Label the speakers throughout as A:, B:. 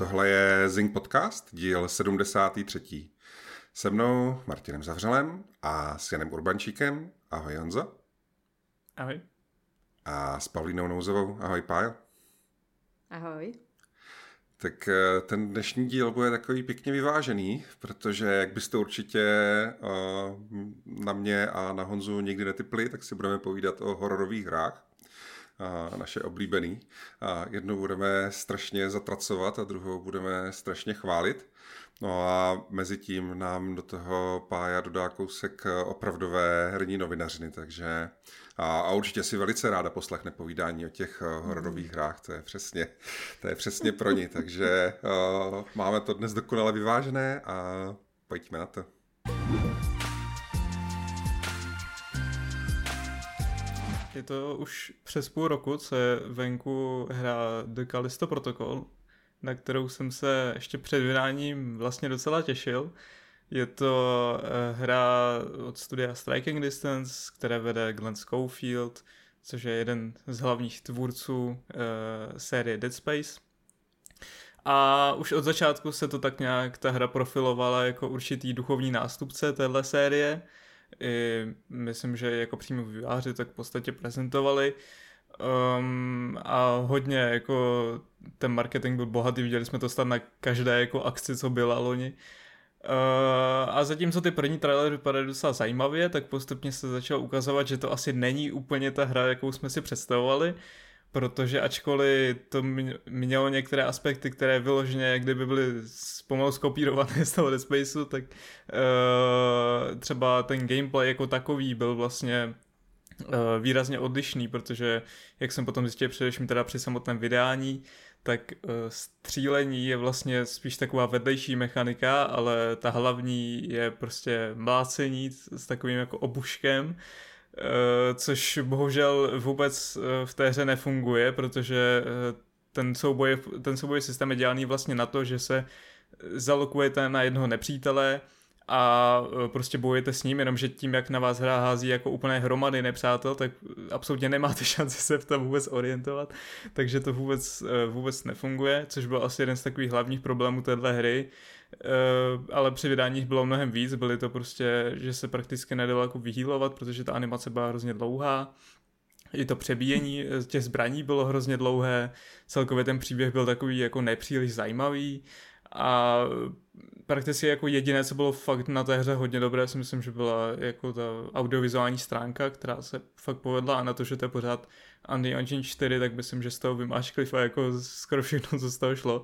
A: Tohle je Zing Podcast, díl 73. Se mnou Martinem Zavřelem a s Janem Urbančíkem. Ahoj Honzo.
B: Ahoj.
A: A s Pavlínou Nouzovou. Ahoj Pájo.
C: Ahoj.
A: Tak ten dnešní díl bude takový pěkně vyvážený, protože jak byste určitě na mě a na Honzu nikdy netipli, tak si budeme povídat o hororových hrách. Naše oblíbený. Jednou budeme strašně zatracovat a druhou budeme strašně chválit. No a mezi tím nám do toho Pája dodá kousek opravdové herní novinařiny, takže a určitě si velice ráda poslechne povídání o těch hororových hrách, to je přesně pro ní, takže máme to dnes dokonale vyvážené a pojďme na to.
B: Je to už přes půl roku, co je venku hra The Callisto Protocol, na kterou jsem se ještě před vydáním vlastně docela těšil. Je to hra od studia Striking Distance, které vede Glenn Schofield, což je jeden z hlavních tvůrců série Dead Space. A už od začátku se to tak nějak ta hra profilovala jako určitý duchovní nástupce téhle série. Myslím, že jako přímo vývojáři tak v podstatě prezentovali a hodně jako ten marketing byl bohatý, viděli jsme to snad na každé jako akci, co byla loni. A zatímco ty první trailery vypadaly docela zajímavě, tak postupně se začalo ukazovat, že to asi není úplně ta hra, jakou jsme si představovali, protože ačkoliv to mělo některé aspekty, které vyloženě kdyby byly pomalu skopírované z toho Dead Spaceu, tak třeba ten gameplay jako takový byl vlastně výrazně odlišný, protože jak jsem potom zjistil především teda při samotném vydání, tak střílení je vlastně spíš taková vedlejší mechanika, ale ta hlavní je prostě mlácení s takovým jako obuškem, což bohužel vůbec v té hře nefunguje, protože ten soubojový systém je dělaný vlastně na to, že se zalokujete na jednoho nepřítele a prostě bojujete s ním, jenomže tím, jak na vás hra hází jako úplné hromady nepřátel, tak absolutně nemáte šanci se v tom vůbec orientovat, takže to vůbec nefunguje, což byl asi jeden z takových hlavních problémů téhle hry, ale při vydání bylo mnohem víc, byly to prostě, že se prakticky nedalo jako vyhýlovat, protože ta animace byla hrozně dlouhá, i to přebíjení těch zbraní bylo hrozně dlouhé, celkově ten příběh byl takový jako nepříliš zajímavý a prakticky jako jediné, co bylo fakt na té hře hodně dobré, si myslím, že byla jako ta audiovizuální stránka, která se fakt povedla, a na to, že to je pořád Unreal Engine 4, tak myslím, že z toho vymáškli jako skoro všechno, co z toho šlo.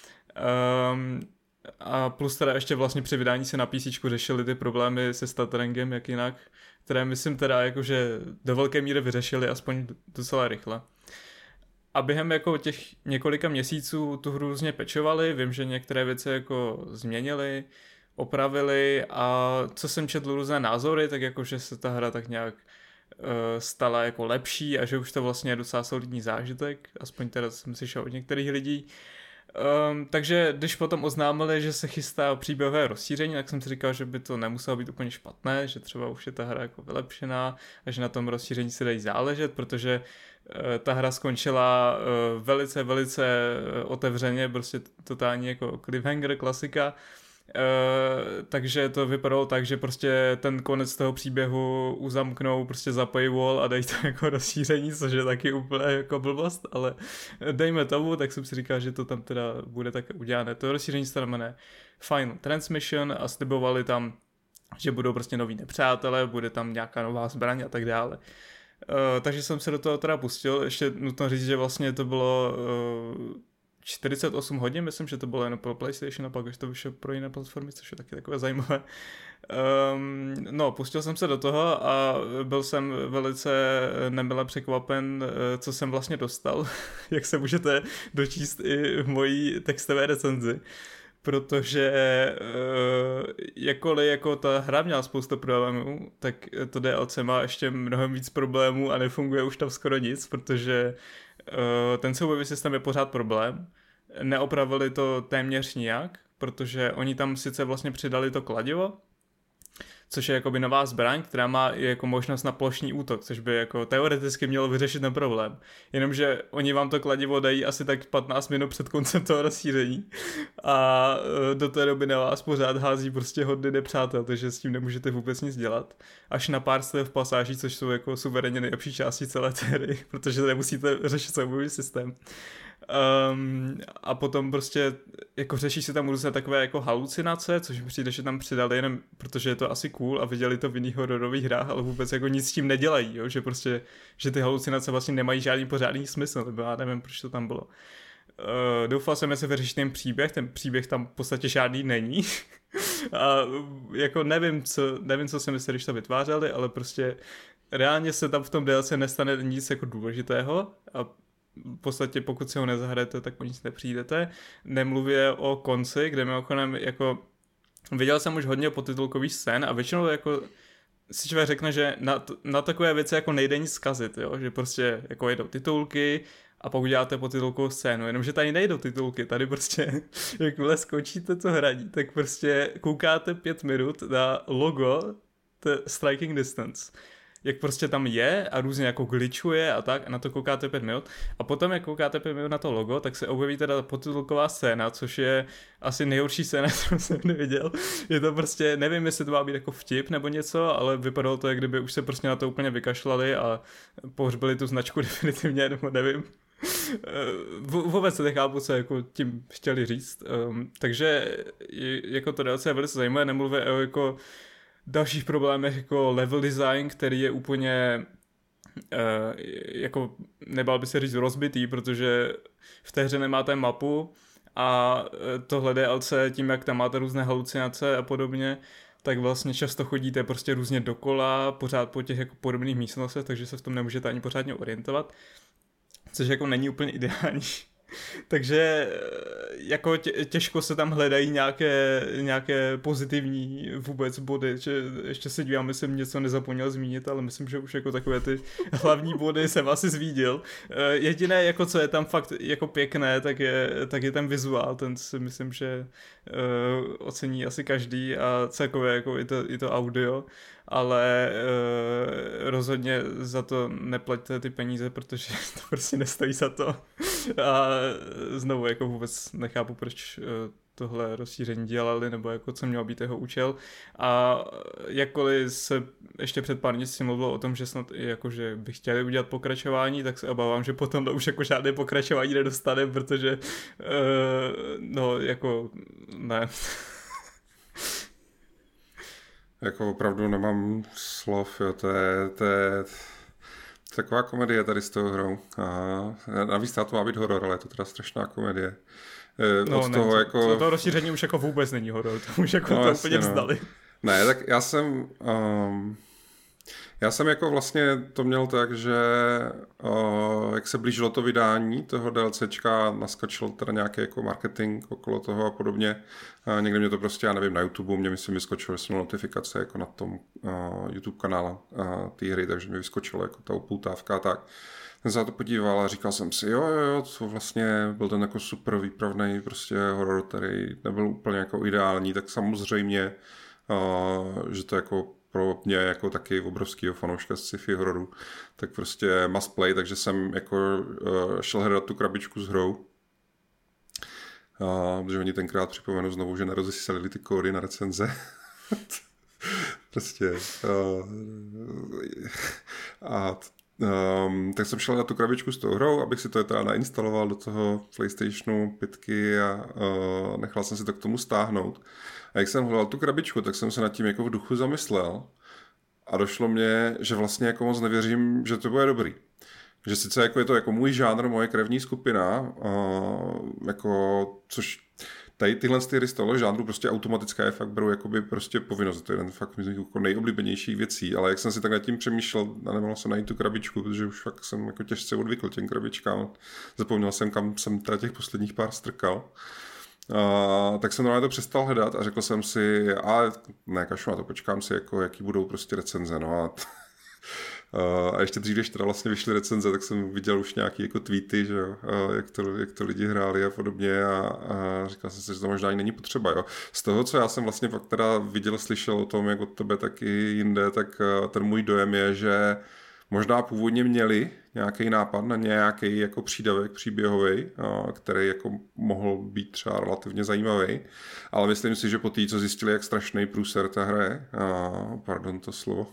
B: A plus teda ještě vlastně při vydání se na PC řešili ty problémy se stutteringem, jak jinak, které myslím teda jakože do velké míry vyřešili, aspoň docela rychle. A během jako těch několika měsíců tu hru různě pečovali, vím, že některé věci jako změnili, opravili a co jsem četl různé názory, tak jako, že se ta hra tak nějak stala jako lepší a že už to vlastně je docela solidní zážitek, aspoň teda jsem slyšel od některých lidí. Takže když potom oznámili, že se chystá příběhové rozšíření, tak jsem si říkal, že by to nemuselo být úplně špatné, že třeba už je ta hra jako vylepšená a že na tom rozšíření se dají záležet, protože ta hra skončila velice otevřeně, prostě totální jako cliffhanger klasika, takže to vypadalo tak, že prostě ten konec toho příběhu uzamknou prostě za paywall a dají to jako rozšíření, což je taky úplně jako blbost, ale dejme tomu, tak jsem si říkal, že to tam teda bude tak udělané. To rozšíření se jmenuje Final Transmission a slibovali tam, že budou prostě noví nepřátelé, bude tam nějaká nová zbraň a tak dále. Takže jsem se do toho teda pustil, ještě nutno říct, že vlastně to bylo 48 hodin, myslím, že to bylo jen pro PlayStation a pak už to vyšlo pro jiné platformy, což je taky takové zajímavé. Pustil jsem se do toho a byl jsem velice nemile překvapen, co jsem vlastně dostal, jak se můžete dočíst i v mojí textové recenzi. Protože jakkoliv jako ta hra měla spoustu problémů, tak to DLC má ještě mnohem víc problémů a nefunguje už tam skoro nic, protože ten soubojový systém je pořád problém. Neopravili to téměř nijak, protože oni tam sice vlastně přidali to kladivo, což je jakoby nová zbraň, která má i jako možnost na plošný útok, což by jako teoreticky mělo vyřešit ten problém. Jenomže oni vám to kladivo dají asi tak 15 minut před koncem toho rozšíření a do té doby na vás pořád hází prostě hodně nepřátel, takže s tím nemůžete vůbec nic dělat. Až na pár v pasáží, což jsou jako suverénně nejlepší části celé té hry, protože nemusíte řešit soubojový systém. A potom prostě jako řeší se tam různé takové jako halucinace, což mi přijde, že tam přidali jenom protože je to asi cool a viděli to v jiných hororových hrách, ale vůbec jako nic s tím nedělají, jo? Že prostě, že ty halucinace vlastně nemají žádný pořádný smysl, nebo já nevím, proč to tam bylo. Doufal jsem, že se vyřešit ten příběh tam v podstatě žádný není. A jako nevím, co si mysleli, když to vytvářeli, ale prostě reálně se tam v tom DLC nestane nic jako důležitého a v podstatě pokud si ho nezahrajete, tak o nic nepřijdete. Nemluvě o konci, kde mimochodem jako viděl jsem už hodně podtitulkových scén a většinou jako si člověk řekne, že na takové věci jako nejde nic zkazit, jo? Že prostě jako jedou titulky a pokud děláte podtitulkovou scénu, jenomže tady nejdou titulky, tady prostě jakmile skončíte to hraní, tak prostě koukáte 5 minut na logo Striking Distance, jak prostě tam je a různě jako glitchuje a tak a na to koukáte 5 minut a potom jak koukáte 5 minut na to logo, tak se objeví teda podtitulková scéna, což je asi nejhorší scéna, kterou jsem neviděl. Je to prostě, nevím, jestli to má být jako vtip nebo něco, ale vypadalo to, jak kdyby už se prostě na to úplně vykašlali a pohřbili tu značku definitivně, nebo nevím. Vůbec se nechápu, co jako tím chtěli říct. Takže jako to DLC je velice zajímavé, nemluvím o jako dalších problémech jako level design, který je úplně jako nebál by se říct rozbitý, protože v té hře nemáte mapu a tohle DLC tím, jak tam máte různé halucinace a podobně, tak vlastně často chodíte prostě různě dokola, pořád po těch jako podobných místnostech, takže se v tom nemůžete ani pořádně orientovat, což jako není úplně ideální. Takže jako těžko se tam hledají nějaké pozitivní vůbec body, že ještě se dívám, jsem něco nezapomněl zmínit, ale myslím, že už jako takové ty hlavní body jsem asi zvíděl. Jediné, jako co je tam fakt jako pěkné, tak je ten vizuál, ten si myslím, že ocení asi každý a celkově jako i to audio, ale rozhodně za to neplaťte ty peníze, protože to prostě nestojí za to. A znovu jako vůbec nechápu, proč tohle rozšíření dělali, nebo jako co měl být jeho účel. A jakkoliv se ještě před pár měsíci mluvilo o tom, že snad jakože by chtěli udělat pokračování, tak se obávám, že potom to už jako žádné pokračování nedostane, protože no jako ne.
A: Jako opravdu nemám slov, jo, to je taková komedie tady s tou hrou. A navíc to má být horor, ale je to teda strašná komedie.
B: No ne, to rozšíření už jako vůbec není horor, to už jako to úplně vzdali.
A: Ne, tak já jsem jako vlastně to měl tak, že jak se blížilo to vydání toho DLCčka, naskočil teda nějaký jako marketing okolo toho a podobně. Někde mě to prostě, já nevím, na YouTube mě myslím vyskočilo, že jsem měl notifikace jako na tom YouTube kanále té hry, takže mi vyskočilo jako ta upoutávka a tak. Jsem se na to podíval a říkal jsem si, jo, to vlastně byl ten jako super výpravný prostě horor, který nebyl úplně jako ideální, tak samozřejmě, že to jako pro mě jako taky obrovskýho fanouška sci-fi hororu, tak prostě must play, takže jsem jako šel hledat tu krabičku s hrou. Protože oni tenkrát připomenu znovu, že nerozesílali ty kódy na recenze. Prostě. Tak jsem šel na tu krabičku s tou hrou, abych si to teda nainstaloval do toho PlayStationu 5 a nechal jsem si to k tomu stáhnout. A jak jsem hledal tu krabičku, tak jsem se nad tím jako v duchu zamyslel a došlo mě, že vlastně jako moc nevěřím, že to bude dobrý. Že sice jako je to jako můj žánr, moje krevní skupina, jako, což tady tyhle hry z tohle žánru prostě automatická je fakt beru jakoby prostě povinnost. To je jeden fakt jako nejoblíbenějších věcí, ale jak jsem si tak nad tím přemýšlel a nemohl jsem najít tu krabičku, protože už fakt jsem jako těžce odvykl těm krabičkám. Zapomněl jsem, kam jsem teda těch posledních pár strkal. Tak jsem normálně to přestal hledat a řekl jsem si, ne, kašu na to, počkám si, jako, jaký budou prostě recenze, no a A ještě dřív, když teda vlastně vyšly recenze, tak jsem viděl už nějaký jako tweety, že jo, jak to lidi hráli a podobně a říkal jsem si, že to možná ani není potřeba, jo. Z toho, co já jsem vlastně fakt teda viděl, slyšel o tom, jak od tebe, tak i jinde, tak ten můj dojem je, že možná původně měli nějaký nápad na nějaký jako přídavek příběhový, který jako mohl být třeba relativně zajímavý, ale myslím si, že po té, co zjistili, jak strašný průser ta hra je, pardon to slovo,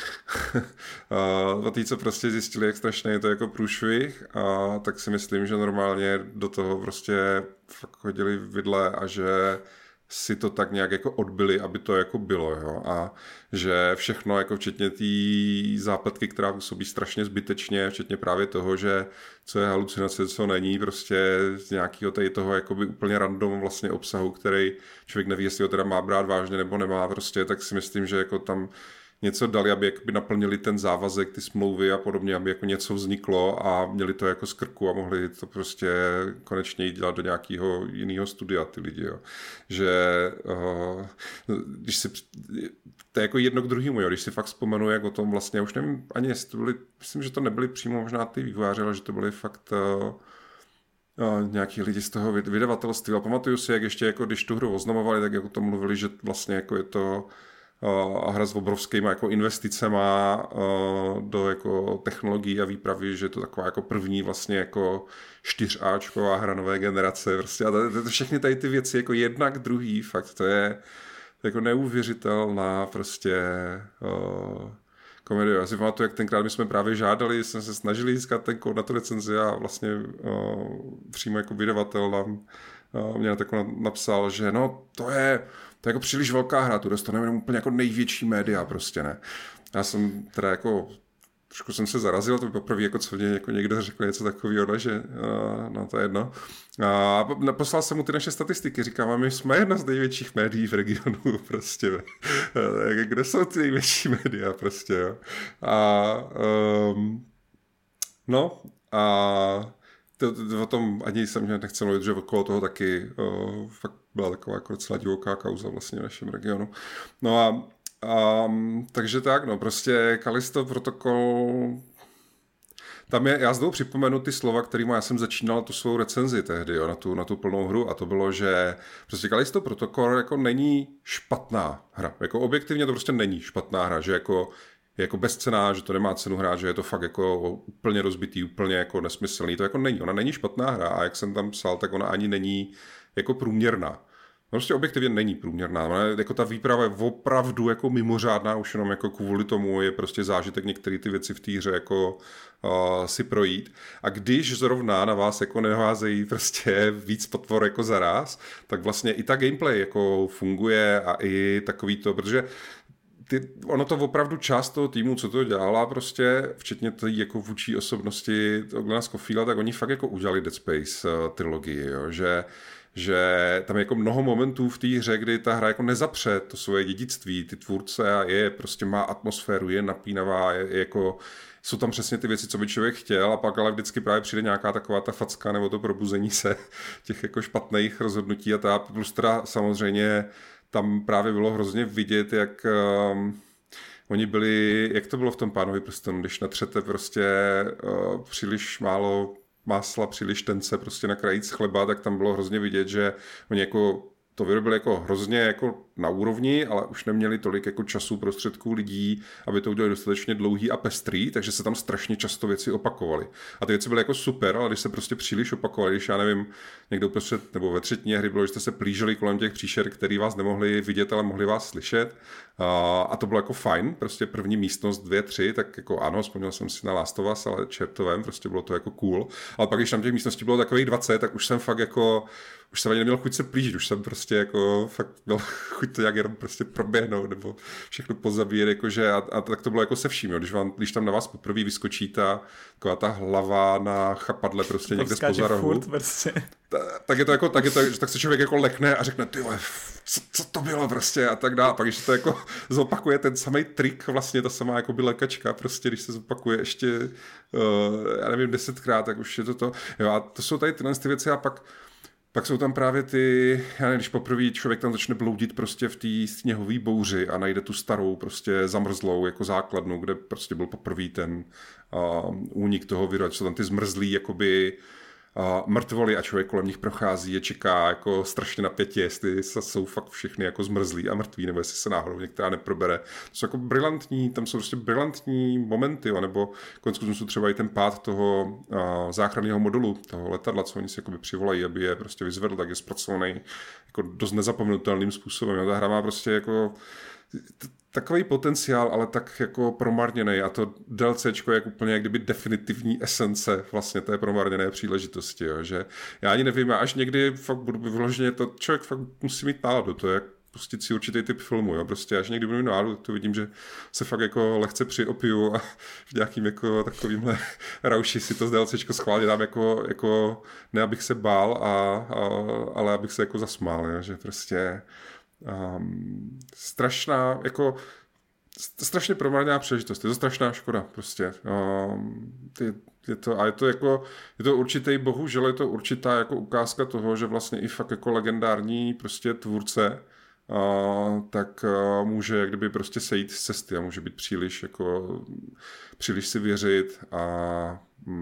A: po té, co prostě zjistili, jak strašný je to jako průšvih, tak si myslím, že normálně do toho prostě fakt hodili vidle a že si to tak nějak jako odbyli, aby to jako bylo, jo, a že všechno, jako včetně té zápletky, která působí strašně zbytečně, včetně právě toho, že co je halucinace, co není, prostě z nějakého tady toho jakoby úplně random vlastně obsahu, který člověk neví, jestli ho teda má brát vážně nebo nemá, prostě, tak si myslím, že jako tam něco dali, aby jakoby naplnili ten závazek, ty smlouvy a podobně, aby jako něco vzniklo a měli to jako z krku a mohli to prostě konečně dělat do nějakého jiného studia ty lidi, jo. Že když si to je jako jedno k druhému, jo. Když si fakt vzpomenu, jak o tom vlastně, už nevím ani, jestli to byly, myslím, že to nebyli přímo možná ty vývojáři, ale že to byly fakt nějaký lidi z toho vydavatelství. A pamatuju si, jak ještě jako když tu hru oznamovali, tak jako to mluvili, že vlastně jako je to a hra s obrovskýma jako investicema do jako technologií a výpravy, že je to taková jako první vlastně jako 4Ačková hra nové generace. Prostě a to všechny tady ty věci jako jednak druhý, fakt to je jako neuvěřitelná prostě komedie. Já si pamatuju, jak tenkrát my jsme právě žádali, jsme se snažili získat ten kód na tu recenzi a vlastně přímo jako vydavatel nám mě tak napsal, že no to je jako příliš velká hra, tu dostaneme jenom úplně jako největší média prostě, ne. Já jsem teda jako trošku jsem se zarazil, to by poprvé, jako co mě jako někdo řekl něco takového, že no to je jedno. A poslal jsem mu ty naše statistiky, říkám, a my jsme jedna z největších médií v regionu, prostě. Kde jsou ty největší média, prostě, jo. No, o tom ani jsem nechcel mluvit, že okolo toho taky fakt byla taková jako docela divoká kauza vlastně v našem regionu. No a takže tak, no prostě Callisto Protocol, tam je, já znovu připomenu ty slova, kterými já jsem začínal tu svou recenzi tehdy, jo, na tu plnou hru, a to bylo, že prostě Callisto Protocol jako není špatná hra, jako objektivně to prostě není špatná hra, že je jako bezcenná, že to nemá cenu hrát, že je to fakt jako úplně rozbitý, úplně jako nesmyslný, to jako není, ona není špatná hra a jak jsem tam psal, tak ona ani není jako průměrná. Prostě objektivně není průměrná. Jako ta výprava je opravdu jako mimořádná, už jenom jako kvůli tomu je prostě zážitek některé ty věci v té hře jako si projít. A když zrovna na vás jako neházejí prostě víc potvor jako zaráz, tak vlastně i ta gameplay jako funguje a i takový to, protože ono to opravdu část toho týmu, co to dělala prostě, včetně té jako vůči osobnosti Glena Scofielda, tak oni fakt jako udělali Dead Space trilogii, jo, že tam je jako mnoho momentů v té hře, kdy ta hra jako nezapře to svoje dědictví, ty tvůrce a prostě má atmosféru, je napínavá, je jako jsou tam přesně ty věci, co by člověk chtěl a pak ale vždycky právě přijde nějaká taková ta facka nebo to probuzení se těch jako špatných rozhodnutí a plus teda samozřejmě tam právě bylo hrozně vidět, jak oni byli, jak to bylo v tom Pánovi prstenu, když natřete prostě příliš málo másla, příliš tence prostě na krajíc chleba, tak tam bylo hrozně vidět, že oni jako to vyrobili jako hrozně jako na úrovni, ale už neměli tolik jako času, prostředků, lidí, aby to udělali dostatečně dlouhý a pestrý, takže se tam strašně často věci opakovaly. A ty věci byly jako super, ale když se prostě příliš opakovaly, když já nevím, někdo uprostřed nebo ve třetině hry bylo, že jste se plížili kolem těch příšer, který vás nemohli vidět, ale mohli vás slyšet. A to bylo jako fajn, prostě první místnost 2, 3, tak jako ano, vzpomněl jsem si na Last of Us, ale čertovém, prostě bylo to jako cool. Ale pak, když tam těch místností bylo takových 20, tak už jsem fakt jako už jsem ani neměl chuť se plížit, už jsem prostě jako fakt měl chuť to nějak jenom prostě proběhnout nebo všechno pozabíjet, jakože a tak to bylo jako se vším, jo. Když tam na vás poprvé vyskočí taková ta hlava na chapadle prostě někde zpoza rohu,
B: prostě.
A: tak je to jako, tak se člověk jako lekne a řekne, ty co to bylo prostě a tak dále. A pak když to jako zopakuje ten samý trik, vlastně ta samá jako by lékačka, prostě když se zopakuje ještě, já nevím, 10krát, tak už je to. Jo, a to jsou tady tyhle ty věci a pak Pak jsou tam právě ty, já nevím, když poprvé člověk tam začne bloudit prostě v té sněhové bouři a najde tu starou prostě zamrzlou jako základnu, kde prostě byl poprvé ten únik toho viru, jsou tam ty zmrzlý jakoby mrtvoly a člověk kolem nich prochází a čeká jako strašně napětě, jestli jsou fakt všechny jako zmrzlí a mrtví, nebo jestli se náhodou některá neprobere. To jsou jako brilantní, tam jsou prostě brilantní momenty, nebo koneckonců třeba i ten pád toho záchranného modulu, toho letadla, co oni si jakoby přivolají, aby je prostě vyzvedl, tak je zpracovaný jako dost nezapomenutelným způsobem. Ta hra má prostě jako takový potenciál, ale tak jako promarněný a to DLCčko je úplně jak kdyby definitivní esence vlastně té promarněné příležitosti, jo, že já ani nevím, já až někdy fakt budu vyloženě, to člověk fakt musí mít náladu, to je jak pustit si určitý typ filmu, jo, prostě až někdy budu mít náladu, to vidím, že se fakt jako lehce přiopiju a v nějakým jako takovýmhle rauši si to DLCčko schválně dám jako ne abych se bál, ale abych se jako zasmál, jo, že prostě strašně promarněná příležitost. Je to strašná škoda prostě. Je to určitý, bohužel je to určitá jako ukázka toho, že vlastně i fakt jako legendární prostě tvůrce tak může jak kdyby prostě sejít z cesty a může být příliš si věřit a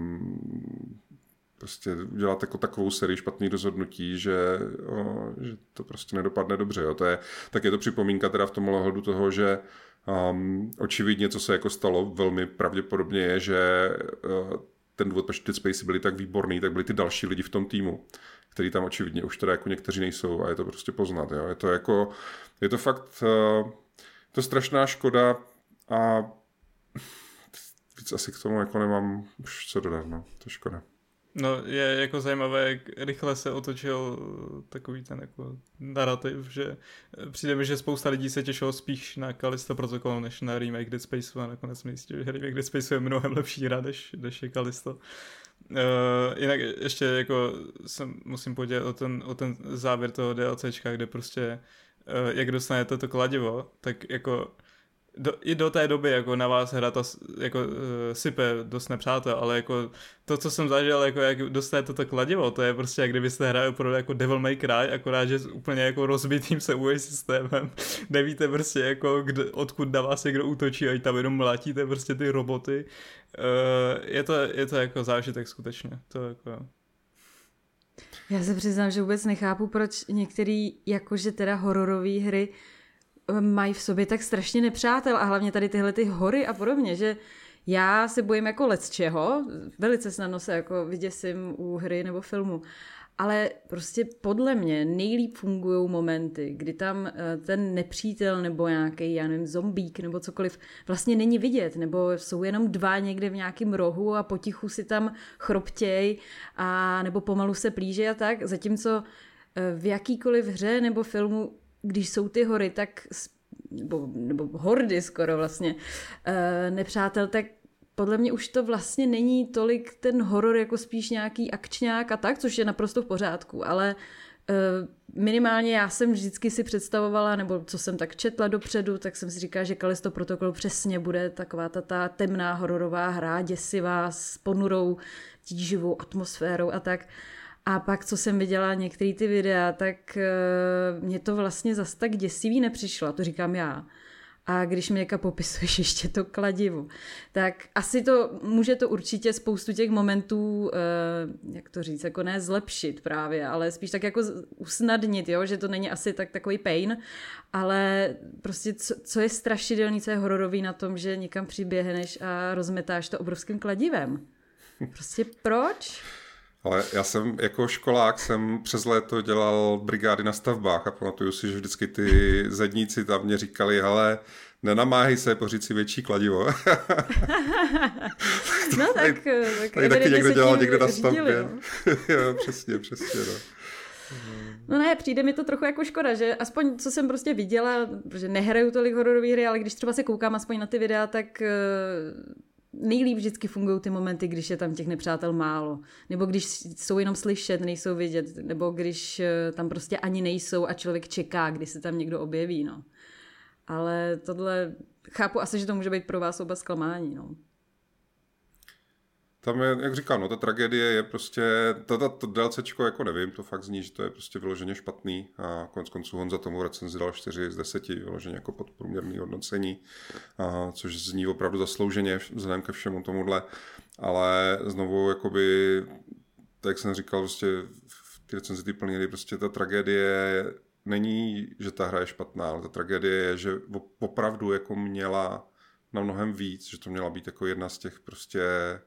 A: prostě udělat jako takovou sérii špatných rozhodnutí, že to prostě nedopadne dobře. Jo. Tak je to připomínka teda v tomhle ohledu toho, že očividně, co se jako stalo, velmi pravděpodobně je, že ten důvod, proč Dead Space byli tak výborný, tak byli ty další lidi v tom týmu, který tam očividně už teda jako někteří nejsou a je to prostě poznat. Jo. Je to fakt to strašná škoda a víc asi k tomu jako nemám už co dodat, no. To je škoda.
B: No je jako zajímavé, jak rychle se otočil takový ten jako narrativ, že přijde mi, že spousta lidí se těšilo spíš na Callisto Protocol, než na remake Dead Spaceu a nakonec mi jistě, že remake Dead Spaceu je mnohem lepší hra, než je Callisto. Jinak ještě jako musím podělit o ten závěr toho DLCčka, kde prostě jak dostanete to kladivo, tak jako i do té doby jako na vás hra ta jako sype dost nepřátel, ale jako to, co jsem zažil, jako jak dostanete to kladivo, to je prostě jak kdybyste hráli opravdu jako Devil May Cry, akorát, že s úplně jako rozbitým se UI systémem. Nevíte prostě jako odkud na vás někdo útočí a tam jenom mlátíte prostě ty roboty. Je to jako zážitek skutečně. To jako...
C: Já se přiznám, že vůbec nechápu, proč některý jakože teda hororové hry mají v sobě tak strašně nepřátel a hlavně tady tyhle ty hory a podobně, že já se bojím jako lecčeho, velice snadno se jako vyděsím u hry nebo filmu, ale prostě podle mě nejlíp fungují momenty, kdy tam ten nepřítel nebo nějaký, já nevím, zombík nebo cokoliv vlastně není vidět, nebo jsou jenom dva někde v nějakém rohu a potichu si tam chroptěj a nebo pomalu se plíže a tak, zatímco v jakýkoliv hře nebo filmu, když jsou ty hory, tak nebo hordy skoro vlastně nepřátel, tak podle mě už to vlastně není tolik ten horor jako spíš nějaký akčňák a tak, což je naprosto v pořádku, ale minimálně já jsem vždycky si představovala, nebo co jsem tak četla dopředu, tak jsem si říkala, že Callisto Protocol přesně bude taková ta temná hororová hra, děsivá, s ponurou, tíživou atmosférou a tak. A pak, co jsem viděla některé ty videa, tak mě to vlastně zas tak děsivý nepřišlo, to říkám já. A když mi něka popisuješ ještě to kladivo, tak asi může to určitě spoustu těch momentů, jak to říct, jako ne zlepšit právě, ale spíš tak jako usnadnit, jo? Že to není asi takový pain, ale prostě co je strašidelný, co je hororový na tom, že někam přiběhneš a rozmetáš to obrovským kladivem. Prostě proč?
A: Ale já jsem jako školák přes léto dělal brigády na stavbách a pamatuju si, že vždycky ty zedníci tam mě říkali, hele, nenamáhej se, pořiď si větší kladivo.
C: No tak
A: taky někdo dělal někde na stavbě. Jo, přesně, no.
C: No ne, přijde mi to trochu jako škoda, že aspoň co jsem prostě viděla, protože nehraju tolik hororové hry, ale když třeba se koukám aspoň na ty videa, tak nejlíp vždycky fungují ty momenty, když je tam těch nepřátel málo. Nebo když jsou jenom slyšet, nejsou vidět. Nebo když tam prostě ani nejsou a člověk čeká, kdy se tam někdo objeví. No. Ale tohle chápu asi, že to může být pro vás oba zklamání. No.
A: Tam je, jak říkám, no, ta tragédie je prostě, to DLCčko jako nevím, to fakt zní, že to je prostě vyloženě špatný a konec konců Honza tomu recenzi dal 4 z 10, vyloženě jako podprůměrný hodnocení, což zní opravdu zaslouženě vzhledem ke všemu tomuhle, ale znovu jakoby, tak jak jsem říkal, prostě v té recenzi ty plněny, prostě ta tragédie není, že ta hra je špatná, ale ta tragédie je, že opravdu jako měla na mnohem víc, že to měla být jako jedna z těch prostě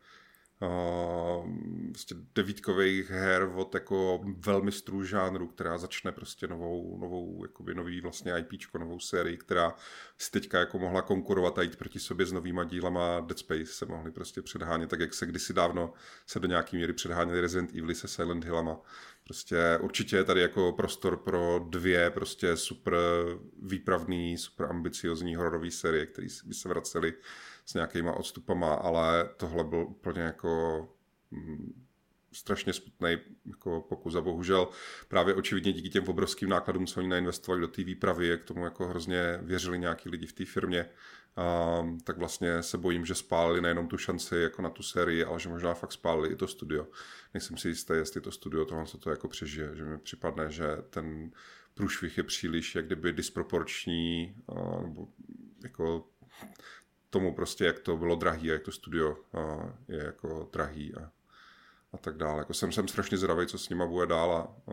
A: devítkových her od jako velmi strů žánru, která začne prostě novou jakoby nový vlastně IPčko, novou sérii, která si teďka jako mohla konkurovat a jít proti sobě s novýma dílama. Dead Space se mohli prostě předhánět, tak jak se kdysi dávno se do nějaký míry předháněli Resident Evil se Silent Hillama. Prostě určitě je tady jako prostor pro 2 prostě super výpravný, super ambiciozní hororové série, které by se vracely s nějakýma odstupama, ale tohle byl úplně jako strašně smutný jako pokus a bohužel právě očividně díky těm obrovským nákladům, co oni nainvestovali do té výpravy, jak tomu jako hrozně věřili nějaký lidi v té firmě, tak vlastně se bojím, že spálili nejenom tu šanci jako na tu sérii, ale že možná fakt spálili i to studio. Nejsem si jistý, jestli to studio tohle se to jako přežije, že mi připadne, že ten průšvih je příliš jak kdyby disproporční, nebo jako tomu prostě, jak to bylo drahý a jak to studio je jako drahý a tak dále. Jako jsem strašně zvědavý, co s nima bude dál a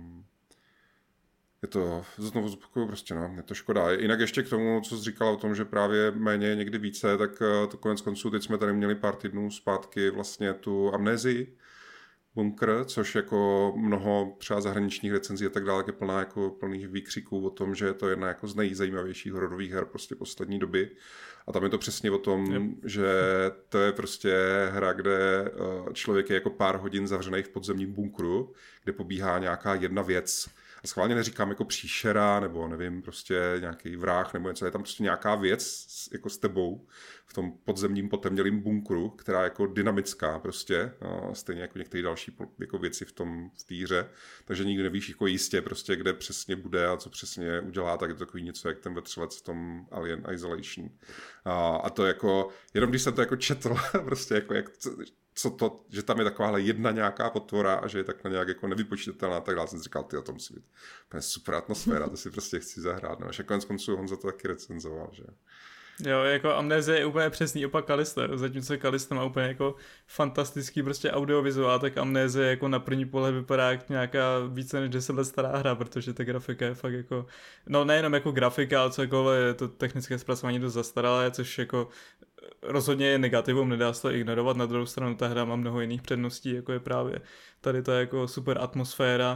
A: je to znovu zopakuju prostě, no, je to škoda. Jinak ještě k tomu, co jsi říkala o tom, že právě méně někdy více, tak to konec konců, teď jsme tady měli pár týdnů zpátky vlastně tu Amnézii, Bunkr, což jako mnoho třeba zahraničních recenzí a tak dále je plná jako plných výkřiků o tom, že je to jedna jako z nejzajímavějších hororových her prostě poslední doby. A tam je to přesně o tom, že to je prostě hra, kde člověk je jako pár hodin zavřený v podzemním bunkru, kde pobíhá nějaká jedna věc. A schválně neříkám jako příšera, nebo nevím, prostě nějaký vrah, nebo něco, je tam prostě nějaká věc jako s tebou v tom podzemním potemnělým bunkru, která je jako dynamická prostě, stejně jako některé další jako věci v té hře, takže nikdy nevíš jako jistě prostě, kde přesně bude a co přesně udělá, tak je to takový něco, jak ten vetřelec v tom Alien Isolation. A to jako, jenom když jsem to jako četl, prostě jako jak co to, že tam je takováhle jedna nějaká potvora a že je takhle nějak jako nevypočítatelná, tak dále jsem si říkal, ty o tom musí být super atmosféra, to si prostě chci zahrát. No, a konec konců Honza to taky recenzoval, že
B: Jo, jako Amnézie je úplně přesný opak Calista, zatímco Calista má úplně jako fantastický prostě audiovizuál, tak Amnézie jako na první pohled vypadá jak nějaká více než 10 let stará hra, protože ta grafika je fakt jako, no nejenom jako grafika, ale celkově je to technické zpracování dost zastaralé, což jako rozhodně je negativum, nedá se to ignorovat, na druhou stranu ta hra má mnoho jiných předností, jako je právě tady ta jako super atmosféra,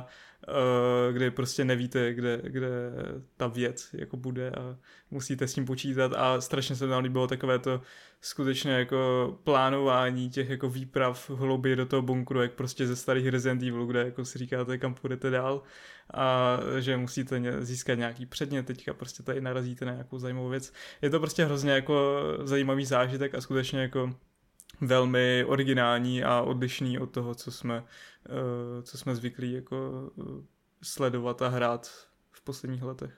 B: kde prostě nevíte, kde ta věc jako bude a musíte s tím počítat a strašně se nám líbilo takové to skutečně jako plánování těch jako výprav hlouběji do toho bunkru, jak prostě ze starých Resident Evil, kde jako si říkáte, kam půjdete dál a že musíte získat nějaký předmět, teďka prostě tady narazíte na nějakou zajímavou věc. Je to prostě hrozně jako zajímavý zážitek a skutečně jako velmi originální a odlišný od toho, co jsme zvyklí jako sledovat a hrát v posledních letech.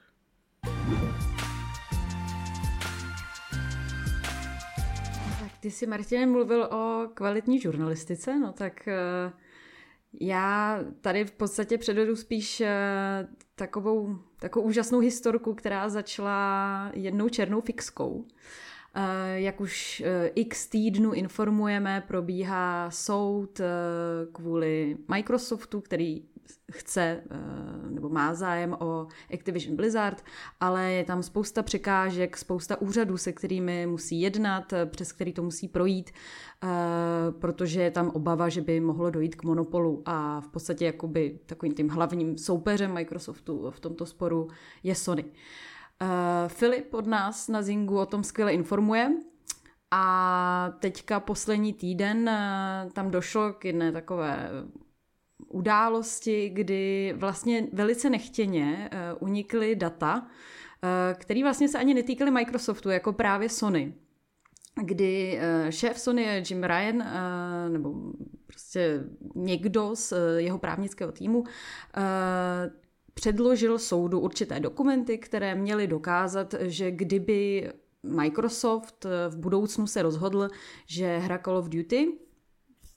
C: Tak ty jsi, Martine, mluvil o kvalitní žurnalistice, no tak já tady v podstatě předvedu spíš takovou úžasnou historku, která začala jednou černou fixkou. Jak už x týdnů informujeme, probíhá soud kvůli Microsoftu, který chce nebo má zájem o Activision Blizzard, ale je tam spousta překážek, spousta úřadů, se kterými musí jednat, přes který to musí projít, protože je tam obava, že by mohlo dojít k monopolu a v podstatě jakoby takovým tím hlavním soupeřem Microsoftu v tomto sporu je Sony. Filip od nás na Zingu o tom skvěle informuje a teďka poslední týden tam došlo k jedné takové události, kdy vlastně velice nechtěně unikly data, které vlastně se ani netýkaly Microsoftu, jako právě Sony. Kdy šéf Sony Jim Ryan, nebo prostě někdo z jeho právnického týmu, předložil soudu určité dokumenty, které měly dokázat, že kdyby Microsoft v budoucnu se rozhodl, že hra Call of Duty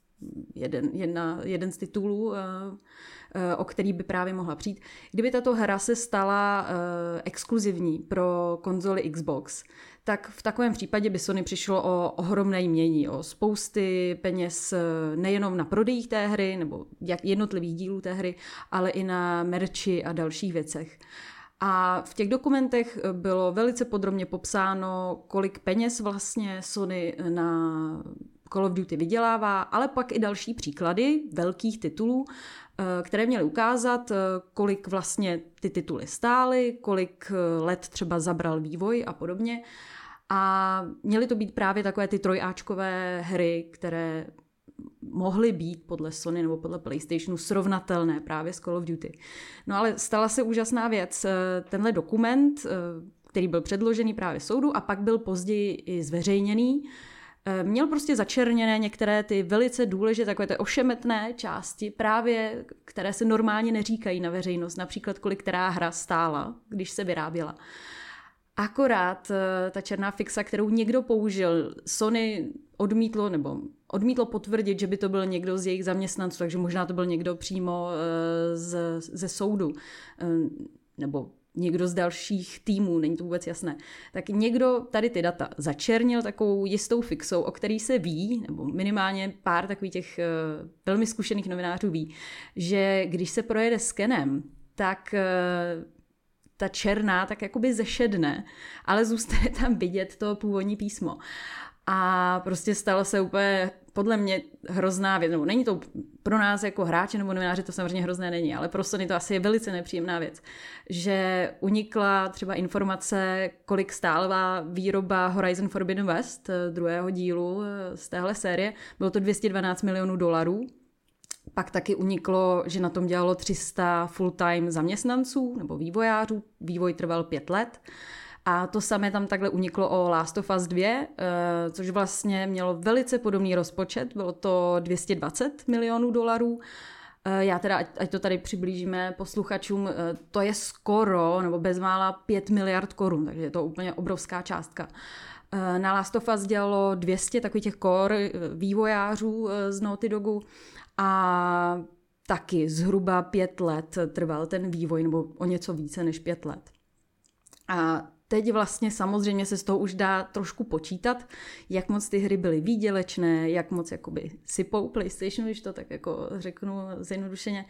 C: jeden z titulů, o který by právě mohla přijít. Kdyby tato hra se stala exkluzivní pro konzoli Xbox, tak v takovém případě by Sony přišlo o ohromné jmění, o spousty peněz nejenom na prodejích té hry, nebo jednotlivých dílů té hry, ale i na merči a dalších věcech. A v těch dokumentech bylo velice podrobně popsáno, kolik peněz vlastně Sony na Call of Duty vydělává, ale pak i další příklady velkých titulů, které měly ukázat, kolik vlastně ty tituly stály, kolik let třeba zabral vývoj a podobně. A měly to být právě takové ty trojáčkové hry, které mohly být podle Sony nebo podle PlayStationu srovnatelné právě s Call of Duty. No ale stala se úžasná věc. Tenhle dokument, který byl předložený právě soudu a pak byl později i zveřejněný, měl prostě začerněné některé ty velice důležité, takové ty ošemetné části, právě které se normálně neříkají na veřejnost, například kolik která hra stála, když se vyráběla. Akorát ta černá fixa, kterou někdo použil, Sony odmítlo potvrdit, že by to byl někdo z jejich zaměstnanců, takže možná to byl někdo přímo ze soudu, nebo někdo z dalších týmů, není to vůbec jasné. Tak někdo tady ty data začernil takovou jistou fixou, o který se ví, nebo minimálně pár takových těch velmi zkušených novinářů ví, že když se projede skenem, tak ta černá tak jakoby zešedne, ale zůstane tam vidět to původní písmo. A prostě stalo se úplně podle mě hrozná věc, nebo není to pro nás jako hráče nebo novináři, to samozřejmě hrozné není, ale pro Sony to asi je velice nepříjemná věc, že unikla třeba informace, kolik stála výroba Horizon Forbidden West, druhého dílu z téhle série, bylo to $212 milionů. Pak taky uniklo, že na tom dělalo 300 full-time zaměstnanců nebo vývojářů, vývoj trval 5 let. A to samé tam takhle uniklo o Last of Us 2, což vlastně mělo velice podobný rozpočet, bylo to $220 milionů. Já teda, ať to tady přiblížíme posluchačům, to je skoro, nebo bezmála 5 miliard korun, takže je to úplně obrovská částka. Na Last of Us dělalo 200 takových těch core vývojářů z Naughty Dogu a taky zhruba 5 let trval ten vývoj, nebo o něco více než 5 let. A teď vlastně samozřejmě se z toho už dá trošku počítat, jak moc ty hry byly výdělečné, jak moc jakoby sypou PlayStation, když to tak jako řeknu zjednodušeně.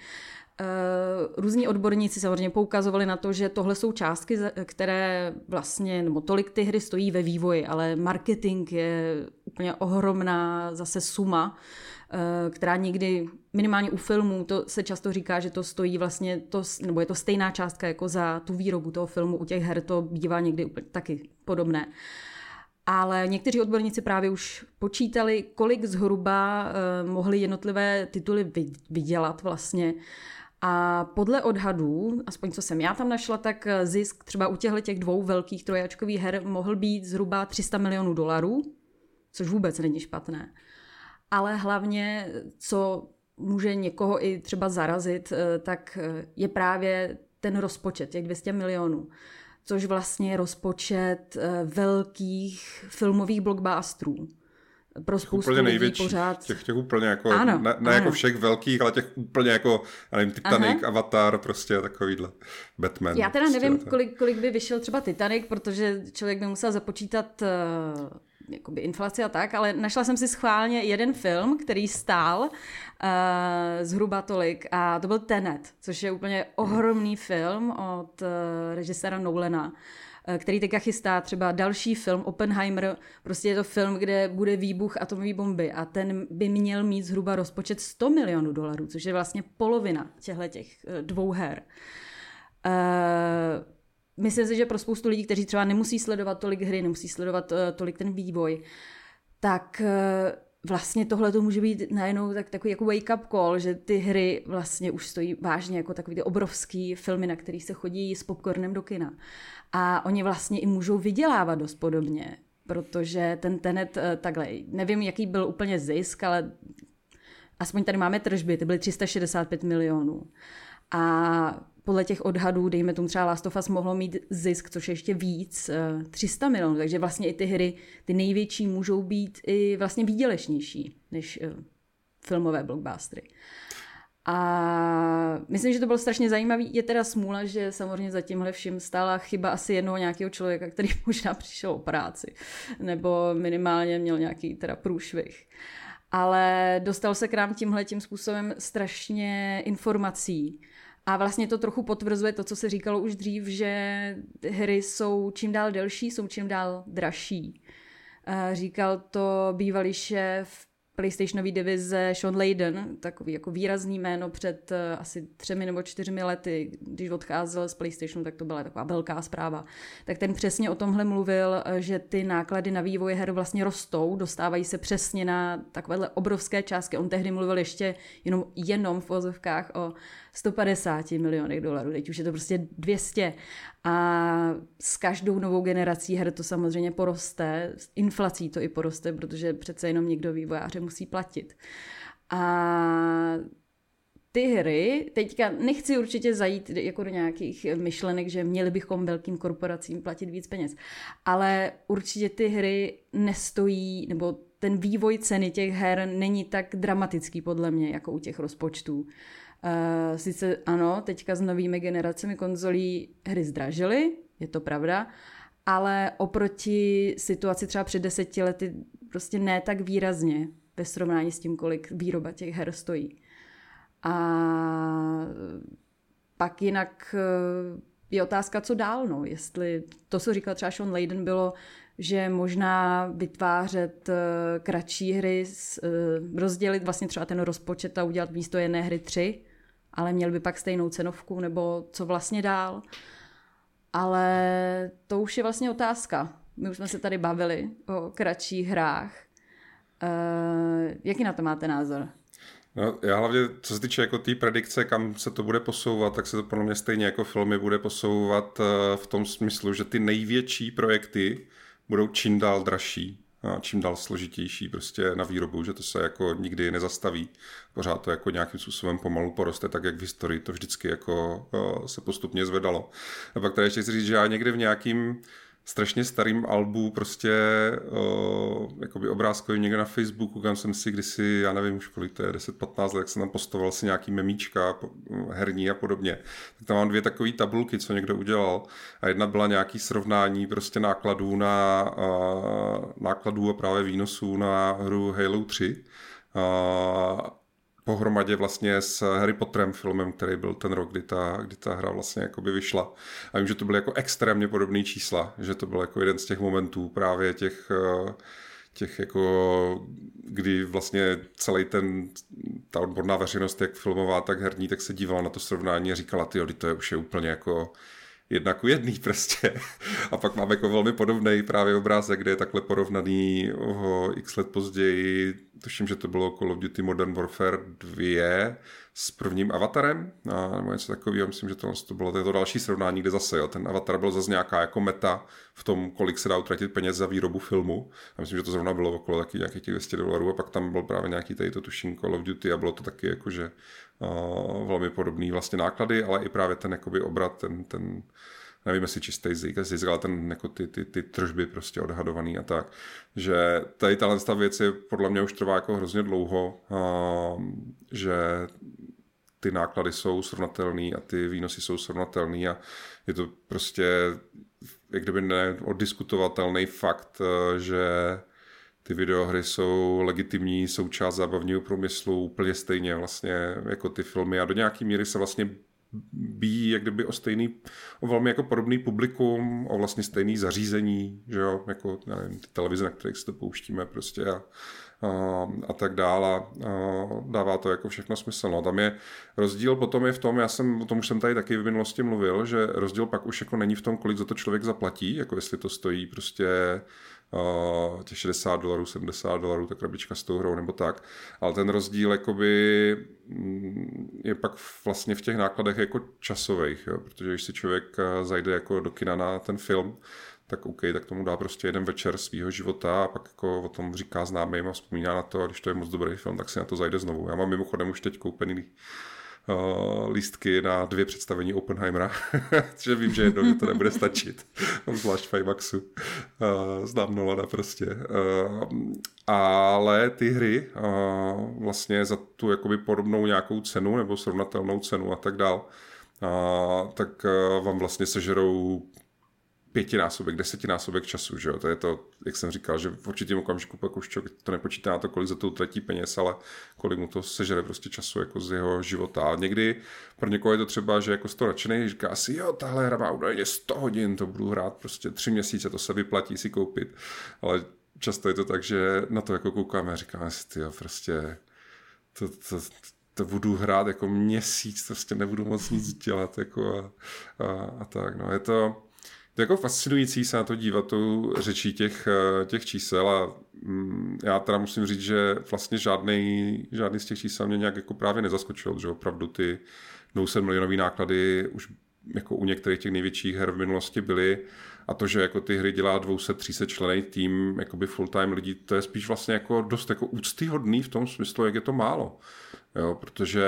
C: Různí odborníci samozřejmě poukazovali na to, že tohle jsou částky, které vlastně, nebo tolik ty hry stojí ve vývoji, ale marketing je úplně ohromná zase suma, která někdy, minimálně u filmů, to se často říká, že to stojí vlastně, nebo je to stejná částka jako za tu výrobu toho filmu, u těch her to bývá někdy taky podobné. Ale někteří odborníci právě už počítali, kolik zhruba mohly jednotlivé tituly vydělat vlastně. A podle odhadů, aspoň co jsem já tam našla, tak zisk třeba u těch dvou velkých trojáčkových her mohl být zhruba $300 milionů, což vůbec není špatné. Ale hlavně, co může někoho i třeba zarazit, tak je právě ten rozpočet, těch 200 milionů, což vlastně je rozpočet velkých filmových blockbusterů. Pro spoustu lidí
A: největší,
C: pořád.
A: Těch úplně jako, ano, ne jako všech velkých, ale těch úplně jako, já nevím, Titanic, Avatar, prostě takovýhle, Batman.
C: Já teda
A: prostě,
C: nevím, kolik by vyšel třeba Titanic, protože člověk by musel započítat jakoby inflaci a tak, ale našla jsem si schválně jeden film, který stál zhruba tolik a to byl Tenet, což je úplně ohromný film od režiséra Nolana, který teďka chystá třeba další film Oppenheimer, prostě je to film, kde bude výbuch atomové bomby a ten by měl mít zhruba rozpočet $100 milionů, což je vlastně polovina těch dvou her. Myslím si, že pro spoustu lidí, kteří třeba nemusí sledovat tolik hry, nemusí sledovat tolik ten vývoj, tak vlastně tohle to může být najednou takový jako wake-up call, že ty hry vlastně už stojí vážně jako takový ty obrovský filmy, na kterých se chodí s popcornem do kina. A oni vlastně i můžou vydělávat dost podobně, protože ten Tenet takhle, nevím, jaký byl úplně zisk, ale aspoň tady máme tržby, ty byly 365 milionů. A podle těch odhadů, dejme tomu třeba Last of Us mohlo mít zisk, což je ještě víc, 300 milionů, takže vlastně i ty hry, ty největší můžou být i vlastně výdělečnější než filmové blockbustery. A myslím, že to bylo strašně zajímavý. Je teda smůla, že samozřejmě za tímhle vším stála chyba asi jednoho nějakého člověka, který možná přišel o práci. Nebo minimálně měl nějaký teda průšvih. Ale dostal se k nám tímhletím způsobem strašně informací. A vlastně to trochu potvrzuje to, co se říkalo už dřív, že hry jsou čím dál delší, jsou čím dál dražší. Říkal to bývalý šéf PlayStationové divize Sean Layden, takový jako výrazný jméno před asi 3 nebo 4 lety, když odcházel z PlayStationu, tak to byla taková velká zpráva. Tak ten přesně o tomhle mluvil, že ty náklady na vývoj her vlastně rostou, dostávají se přesně na takovéhle obrovské částky. On tehdy mluvil ještě jenom v uvozovkách o 150 milionech dolarů, teď už je to prostě 200. A s každou novou generací her to samozřejmě poroste, s inflací to i poroste, protože přece jenom někdo vývojáře musí platit. A ty hry, teďka nechci určitě zajít jako do nějakých myšlenek, že měli bychom velkým korporacím platit víc peněz, ale určitě ty hry nestojí, nebo ten vývoj ceny těch her není tak dramatický podle mě, jako u těch rozpočtů. Sice ano, teďka s novými generacemi konzolí hry zdražily, je to pravda, ale oproti situaci třeba před 10 lety prostě ne tak výrazně ve srovnání s tím, kolik výroba těch her stojí. A pak jinak je otázka, co dál, no, jestli to, co říkal třeba Sean Layden, bylo, že možná vytvářet kratší hry, rozdělit vlastně třeba ten rozpočet a udělat místo jedné hry 3, ale měl by pak stejnou cenovku, nebo co vlastně dál. Ale to už je vlastně otázka. My už jsme se tady bavili o kratších hrách. Jaký na to máte názor?
A: No, já hlavně, co se týče jako té predikce, kam se to bude posouvat, tak se to podle mě stejně jako filmy bude posouvat v tom smyslu, že ty největší projekty budou čím dál dražší a čím dál složitější prostě na výrobu, že to se jako nikdy nezastaví. Pořád to jako nějakým způsobem pomalu poroste, tak jak v historii to vždycky jako se postupně zvedalo. A pak tady ještě chci říct, že já někde v nějakým strašně starým albu prostě jakoby obrázkový někde na Facebooku, kam jsem si kdysi, já nevím už kolik to je, 10-15 let, jak jsem tam postoval si nějaký memíčka herní a podobně. Tak tam mám 2 takové tabulky, co někdo udělal a jedna byla nějaký srovnání prostě nákladů a právě výnosů na hru Halo 3. Pohromadě vlastně s Harry Potterem filmem, který byl ten rok, kdy ta hra vlastně jakoby vyšla. A vím, že to byly jako extrémně podobné čísla, že to byl jako jeden z těch momentů právě těch jako, kdy vlastně ta odborná veřejnost, jak filmová, tak herní, tak se dívala na to srovnání a říkala, to je už je úplně jako 1:1 prostě. A pak máme jako velmi podobný právě obrázek, kde je takhle porovnaný x let později, tuším, že to bylo Call of Duty Modern Warfare 2 s prvním Avatarem, nebo něco takového, myslím, že to bylo to další srovnání, kde zase ten Avatar byl zase nějaká jako meta v tom, kolik se dá utratit peněz za výrobu filmu. A myslím, že to zrovna bylo okolo taky nějakých těch $200 a pak tam byl právě nějaký tady to tuším Call of Duty a bylo to taky jakože velmi podobný vlastně náklady, ale i právě ten jakoby obrat, ten nevím, jestli čistý zisk, ale ten, jako ty tržby prostě odhadovaný a tak. Že tady tato věc je podle mě už trvá jako hrozně dlouho, že ty náklady jsou srovnatelný a ty výnosy jsou srovnatelný a je to prostě jak kdyby neoddiskutovatelný fakt, že ty videohry jsou legitimní součást zábavního průmyslu úplně stejně vlastně jako ty filmy a do nějaký míry se vlastně bíjí jak kdyby o velmi jako podobný publikum, o vlastně stejný zařízení, že jo, jako nevím, ty televize, na kterých si to pouštíme prostě a tak dále. Dává to jako všechno smysl. No, tam je rozdíl potom je v tom, o tom už jsem tady taky v minulosti mluvil, že rozdíl pak už jako není v tom, kolik za to člověk zaplatí, jako jestli to stojí prostě těch $60, $70, ta krabička s tou hrou nebo tak, ale ten rozdíl jakoby je pak vlastně v těch nákladech jako časových, jo? Protože když si člověk zajde jako do kina na ten film, tak OK, tak tomu dá prostě jeden večer svýho života a pak jako o tom říká známým a vzpomíná na to a když to je moc dobrý film, tak si na to zajde znovu. Já mám mimochodem už teď koupený lístky na 2 představení Oppenheimera, že vím, že jednou to nebude stačit, zvlášť v IMAXu. Znám Nolana prostě. Ale ty hry vlastně za tu jakoby podobnou nějakou cenu nebo srovnatelnou cenu a tak dál, tak vám vlastně sežerou 5násobek, 10násobek času, že jo? To je to, jak jsem říkal, že v určitém okamžiku pak už člověk to nepočítá to, kolik za to utratí peněz, ale kolik mu to sežere prostě času jako z jeho života. A někdy pro někoho je to třeba, že jako z toho nadšenej, říká si, jo, tahle hra má údajně 100 hodin, to budu hrát prostě 3 měsíce, to se vyplatí si koupit. Ale často je to tak, že na to jako koukáme a říkáme si, tyjo, prostě to budu hrát jako měsíc, prostě nebudu moc nic dělat jako a tak, no, je to jako fascinující se na to dívat tou řečí těch čísel a já teda musím říct, že vlastně žádný z těch čísel mě nějak jako právě nezaskočil, že opravdu ty 200 milionový náklady už jako u některých těch největších her v minulosti byly a to, že jako ty hry dělá 200-300 členný tým jakoby full-time lidí, to je spíš vlastně jako dost jako úctyhodný v tom smyslu, jak je to málo, jo, protože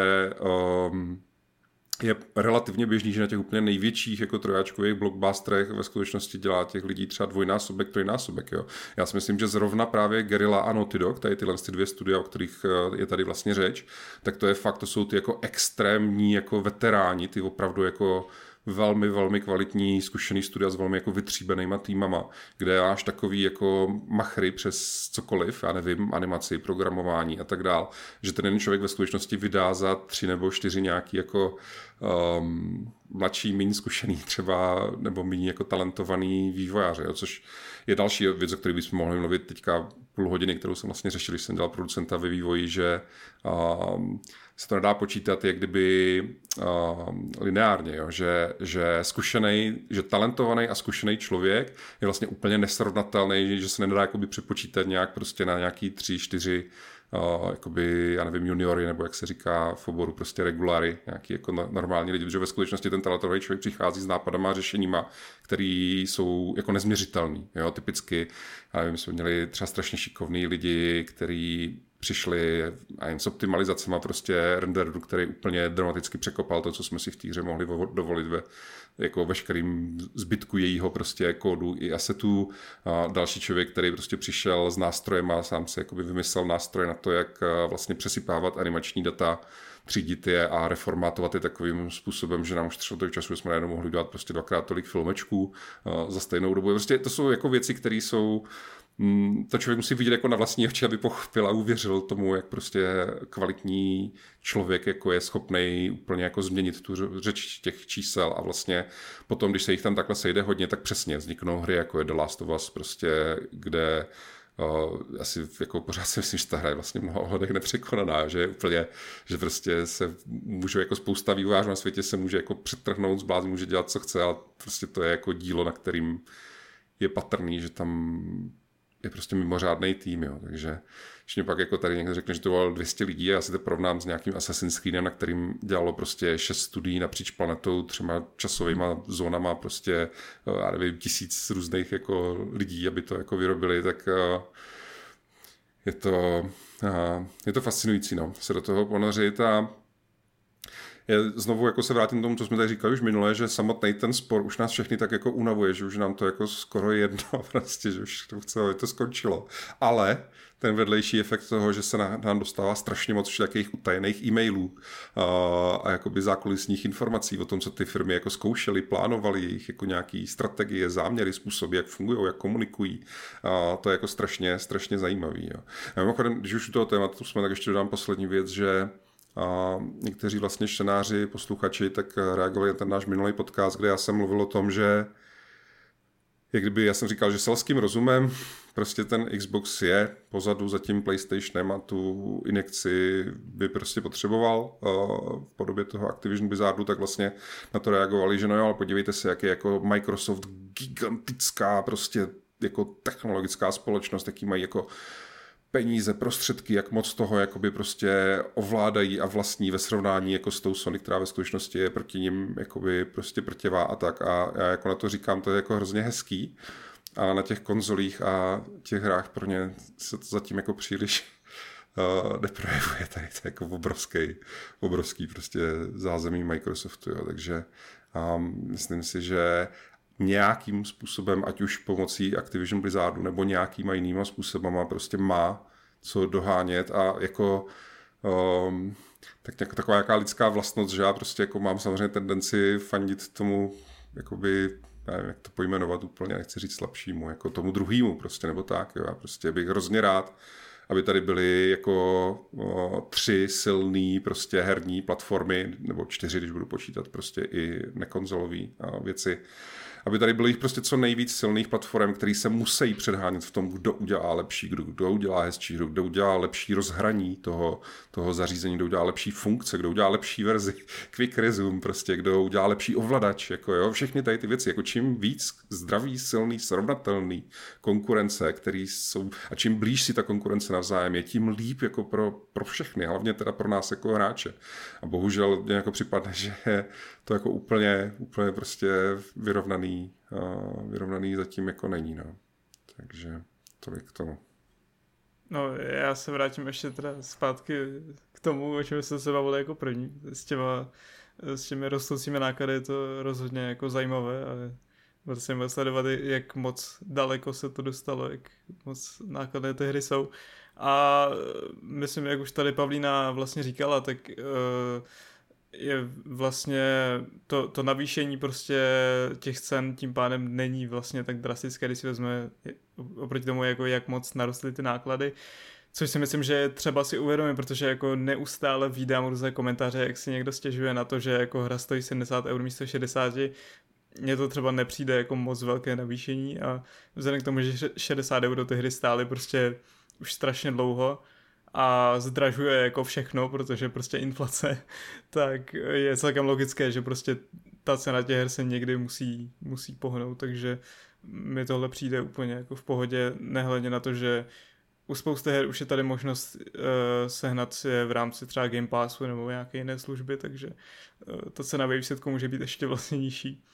A: je relativně běžný, že na těch úplně největších jako trojáčkových blockbusterech ve skutečnosti dělá těch lidí třeba 2násobek, 3násobek. Jo. Já si myslím, že zrovna právě Guerrilla a Naughty Dog, tady tyhle 2 studia, o kterých je tady vlastně řeč, tak to je fakt, to jsou ty jako extrémní jako veteráni, ty opravdu jako velmi, velmi kvalitní, zkušený studia s velmi jako vytříbenýma týmama, kde máš takový jako machry přes cokoliv, já nevím, animaci, programování a tak dál, že ten jeden člověk ve skutečnosti vydá za 3 nebo 4 nějaký jako mladší, méně zkušený třeba, nebo méně jako talentovaný vývojáři, jo, což je další věc, o které bychom mohli mluvit teďka půl hodiny, kterou jsem vlastně řešil, když jsem dělal producenta ve vývoji, že se to nedá počítat jak kdyby lineárně, jo? Že zkušenej, že talentovaný a zkušený člověk je vlastně úplně nesrovnatelný, že se nedá jakoby přepočítat nějak prostě na nějaký 3, 4 jakoby, já nevím, juniory, nebo jak se říká v oboru, prostě reguláry, nějaký jako normální lidi, protože ve skutečnosti ten talentovaný člověk přichází s nápadama a řešeníma, který jsou jako nezměřitelný, jo, typicky, já nevím, jsme měli třeba strašně šikovný lidi, který přišli a jen s optimalizacema prostě renderu, který úplně dramaticky překopal to, co jsme si v té hře mohli dovolit jako veškerým zbytku jejího prostě kódu i asetů. A další člověk, který prostě přišel s nástrojem a sám si jakoby vymyslel nástroje na to, jak vlastně přesypávat animační data, třídit je a reformátovat je takovým způsobem, že nám už třeba tolik času jsme najednou mohli dělat prostě 2x tolik filmečků za stejnou dobu. Prostě to jsou jako věci, které jsou to člověk musí vidět jako na vlastní oči, aby pochopil a uvěřil tomu, jak prostě kvalitní člověk jako je schopný úplně jako změnit tu řeč těch čísel a vlastně potom, když se jich tam takhle sejde hodně, tak přesně vzniknou hry jako je The Last of Us, prostě, kde asi jako pořád si myslím, že ta hra je vlastně v mnoha ohledech nepřekonaná, že úplně, že prostě se může jako spousta vývojářů na světě se může jako přetrhnout, zbláznit, může dělat, co chce, ale prostě to je jako dílo, na kterým je patrný, že tam je prostě mimořádný tým, jo. Takže když mě pak jako tady někdo řekne, že to bylo 200 lidí a já si to porovnám s nějakým Assassin's Creedem, na kterým dělalo prostě 6 studií napříč planetou, 3 časovýma zónama, prostě, já nevím, 1000 různých jako lidí, aby to jako vyrobili, tak je to fascinující, no, se do toho ponořit a znovu jako se vrátím k tomu, co jsme tady říkali už minule, že samotný ten spor už nás všechny tak jako unavuje, že už nám to jako skoro jedno prostě, že už to chce, aby to skončilo. Ale ten vedlejší efekt toho, že se nám dostává strašně moc všelijakých utajených e-mailů a jakoby zákulisních informací o tom, co ty firmy jako zkoušely, plánovaly, jejich jako nějaký strategie, záměry, způsoby, jak fungují, jak komunikují. To je jako strašně zajímavý. Jo. A mimochodem, když už u toho tématu jsme, tak ještě dodám poslední věc, že a někteří vlastně čtenáři, posluchači, tak reagovali na ten náš minulý podcast, kde já jsem mluvil o tom, že jak kdyby, já jsem říkal, že selským rozumem prostě ten Xbox je pozadu za tím PlayStationem a tu injekci by prostě potřeboval v podobě toho Activision Blizzardu, tak vlastně na to reagovali, že no jo, ale podívejte se, jak je jako Microsoft gigantická prostě jako technologická společnost, jaký mají jako peníze, prostředky, jak moc toho jakoby prostě ovládají a vlastní ve srovnání jako s tou Sony, která ve skutečnosti je proti nim jakoby prostě prťavá a tak. A já jako na to říkám, to je jako hrozně hezký. A na těch konzolích a těch hrách pro ně se to zatím jako příliš neprojevuje tady. To je jako obrovský prostě zázemí Microsoftu. Jo. Takže myslím si, že nějakým způsobem, ať už pomocí Activision Blizzardu nebo nějakýma jinýma způsobama prostě má co dohánět a jako tak taková jaká lidská vlastnost, že já prostě jako mám samozřejmě tendenci fandit tomu jakoby, nevím, jak to pojmenovat úplně, nechci říct slabšímu, jako tomu druhýmu prostě, nebo tak, jo, já prostě bych hrozně rád, aby tady byly jako 3 silný prostě herní platformy, nebo 4, když budu počítat prostě i nekonzolový věci, aby tady bylo jich prostě co nejvíc silných platform, které se musí předhánět v tom, kdo udělá lepší, kdo udělá hezčí, kdo udělá lepší rozhraní toho zařízení, kdo udělá lepší funkce, kdo udělá lepší verzi Quick Resume, prostě, kdo udělá lepší ovladač, jako jo, všechny tady ty věci, jako čím víc zdravý, silný, srovnatelný konkurence, který jsou, a čím blíž si ta konkurence navzájem je, tím líp jako pro všechny, hlavně teda pro nás jako hráče. A bohužel mě jako připadne, že to jako úplně prostě vyrovnaný zatím jako není, no. Takže tolik k tomu.
B: No, já se vrátím ještě teda zpátky k tomu, o čem jsem se bavil jako první. S těmi rostoucími náklady je to rozhodně jako zajímavé, ale budu se sledovat, jak moc daleko se to dostalo, jak moc nákladné ty hry jsou. A myslím, jak už tady Pavlína vlastně říkala, tak je vlastně to navýšení prostě těch cen tím pádem není vlastně tak drastické, když si vezme oproti tomu, jako jak moc narostly ty náklady, což si myslím, že třeba si uvědomím, protože jako neustále vídám různé komentáře, jak si někdo stěžuje na to, že jako hra stojí 70 € místo 60, mně to třeba nepřijde jako moc velké navýšení a vzhledem k tomu, že 60 € ty hry stály prostě už strašně dlouho a zdražuje jako všechno, protože prostě inflace, tak je celkem logické, že prostě ta cena těch her se někdy musí pohnout, takže mi tohle přijde úplně jako v pohodě, nehledě na to, že u spousty her už je tady možnost sehnat si je v rámci třeba Game Passu nebo nějaké jiné služby, takže ta cena ve výsledku může být ještě vlastně nižší.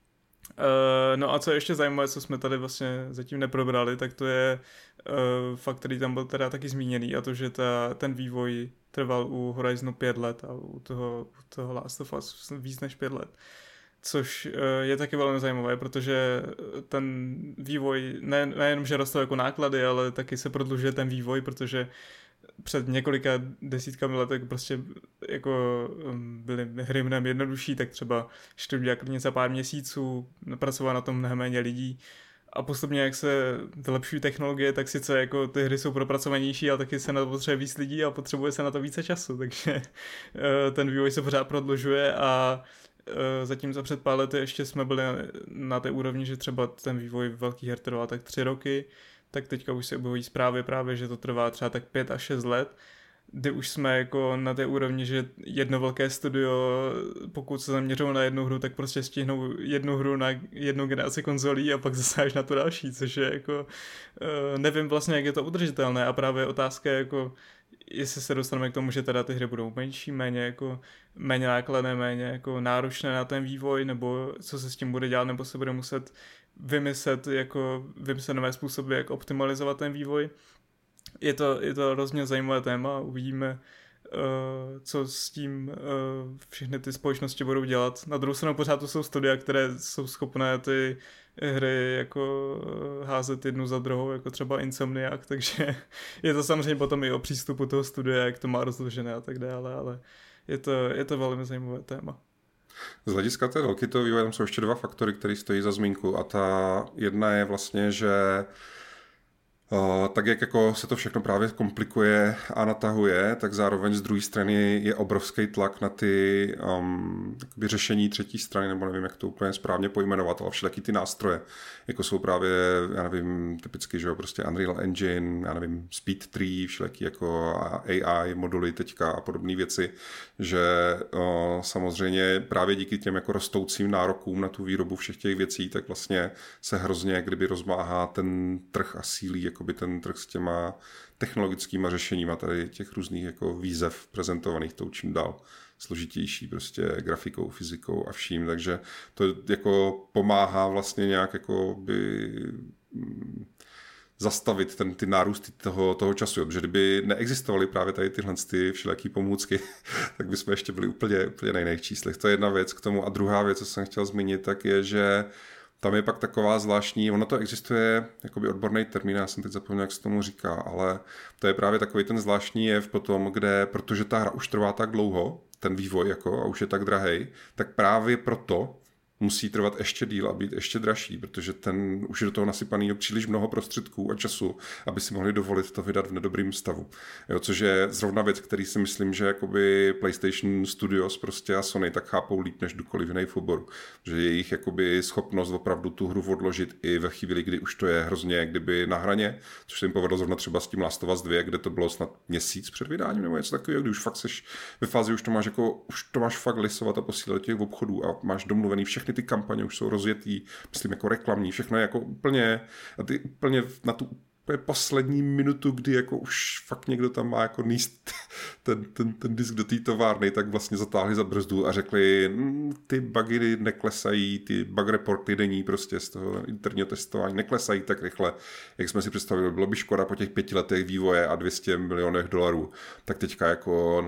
B: No a co je ještě zajímavé, co jsme tady vlastně zatím neprobrali, tak to je fakt, který tam byl teda taky zmíněný, a to, že ten vývoj trval u Horizonu 5 let a u toho Last of Us víc než 5 let. Což je taky velmi zajímavé, protože ten vývoj nejenom, že rostou jako náklady, ale taky se prodlužuje ten vývoj, protože před několika desítkami let prostě jako byly hry mnohem jednodušší, tak třeba šli to dělat klidně za pár měsíců, pracovalo na tom mnohem méně lidí a postupně, jak se vylepšují technologie, tak sice jako ty hry jsou propracovanější, ale taky se na to potřebuje víc lidí a potřebuje se na to více času, takže ten vývoj se pořád prodlužuje a zatímco před pár lety ještě jsme byli na té úrovni, že třeba ten vývoj velkých her trval tak 3 roky, tak teďka už se objevují zprávy právě, že to trvá třeba tak 5 až 6 let, kdy už jsme jako na té úrovni, že jedno velké studio, pokud se zaměřují na jednu hru, tak prostě stihnou jednu hru na jednu generaci konzolí a pak zase až na tu další, což je jako, nevím vlastně, jak je to udržitelné a právě otázka je jako, jestli se dostaneme k tomu, že teda ty hry budou menší, méně nákladné, méně jako náročné na ten vývoj, nebo co se s tím bude dělat, nebo se bude muset vymyslet nové způsoby, jak optimalizovat ten vývoj. Je to hrozně zajímavé téma, uvidíme, co s tím všechny ty společnosti budou dělat. Na druhou stranu pořád to jsou studia, které jsou schopné ty hry jako házet jednu za druhou, jako třeba Insomniac, takže je to samozřejmě potom i o přístupu toho studia, jak to má rozložené a tak dále, ale je to velmi zajímavé téma.
A: Z hlediska té délky toho vývoje tam jsou ještě 2 faktory, které stojí za zmínku a ta jedna je vlastně, že tak jak jako se to všechno právě komplikuje a natahuje, tak zároveň z druhé strany je obrovský tlak na ty řešení třetí strany, nebo nevím, jak to úplně správně pojmenovat, ale všelijaký ty nástroje, jako jsou právě, já nevím, typicky, že jo, prostě Unreal Engine, já nevím, Speed Tree, všelijaký jako AI moduly teďka a podobné věci, že samozřejmě právě díky těm jako rostoucím nárokům na tu výrobu všech těch věcí, tak vlastně se hrozně kdyby rozmáhá ten trh a sílí jakoby ten trh s těma technologickýma řešeníma tady těch různých jako výzev prezentovaných tou čím dál složitější prostě grafikou, fyzikou a vším, takže to jako pomáhá vlastně nějak jako by zastavit ty nárůsty toho času, protože kdyby neexistovaly právě tady tyhle všelijaký pomůcky, tak bychom ještě byli úplně na jiných číslech. To je jedna věc k tomu. A druhá věc, co jsem chtěl zmínit, tak je, že tam je pak taková zvláštní, ono to existuje, jakoby odborný termín, já jsem teď zapomněl, jak se tomu říká, ale to je právě takový ten zvláštní jev potom, kde, protože ta hra už trvá tak dlouho, ten vývoj jako, a už je tak drahej, tak právě proto musí trvat ještě díl a být ještě dražší, protože už je do toho nasypaný příliš mnoho prostředků a času, aby si mohli dovolit to vydat v nedobrým stavu. Jo, což je zrovna věc, který si myslím, že jakoby PlayStation Studios prostě a Sony tak chápou líp než kdokoliv jiný v oboru. Že jejich jakoby schopnost opravdu tu hru odložit i ve chvíli, kdy už to je hrozně kdyby na hraně, což se jim povedlo zrovna třeba s tím Last of Us 2, kde to bylo snad měsíc před vydáním nebo něco takového, kdy už fakt seš ve fázi, už to máš fakt lisovat a posílat do těch obchodů a máš domluvený všechny ty kampaně už jsou rozjetý, myslím jako reklamní, všechno je jako úplně, a ty úplně na tu poslední minutu, kdy jako už fakt někdo tam má jako níst ten disk do té továrny, tak vlastně zatáhli za brzdu a řekli, ty bugy neklesají, ty bug reporty denní prostě z toho interního testování neklesají tak rychle, jak jsme si představili. Bylo by škoda po těch 5 letech vývoje a $200 milionů, tak teďka jako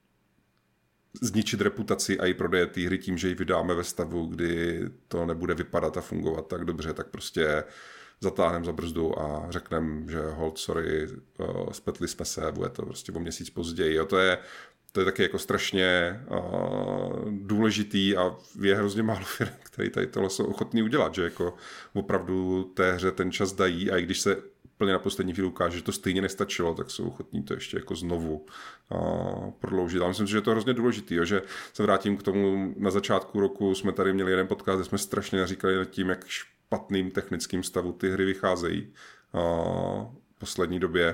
A: zničit reputaci a i prodeje té hry tím, že ji vydáme ve stavu, kdy to nebude vypadat a fungovat tak dobře, tak prostě zatáhneme za brzdu a řekneme, že hold, sorry, spletli jsme se, bude to prostě o měsíc později. Jo, to je taky jako strašně důležitý a je hrozně málo firm, který tady tohle jsou ochotný udělat, že jako opravdu té hře ten čas dají a i když se úplně na poslední chvíli ukáže, že to stejně nestačilo, tak jsou ochotní to ještě jako znovu prodloužit. A myslím si, že to je hrozně důležitý, jo, že se vrátím k tomu, na začátku roku jsme tady měli jeden podcast, kde jsme strašně naříkali nad tím, jak špatným technickým stavu ty hry vycházejí v poslední době.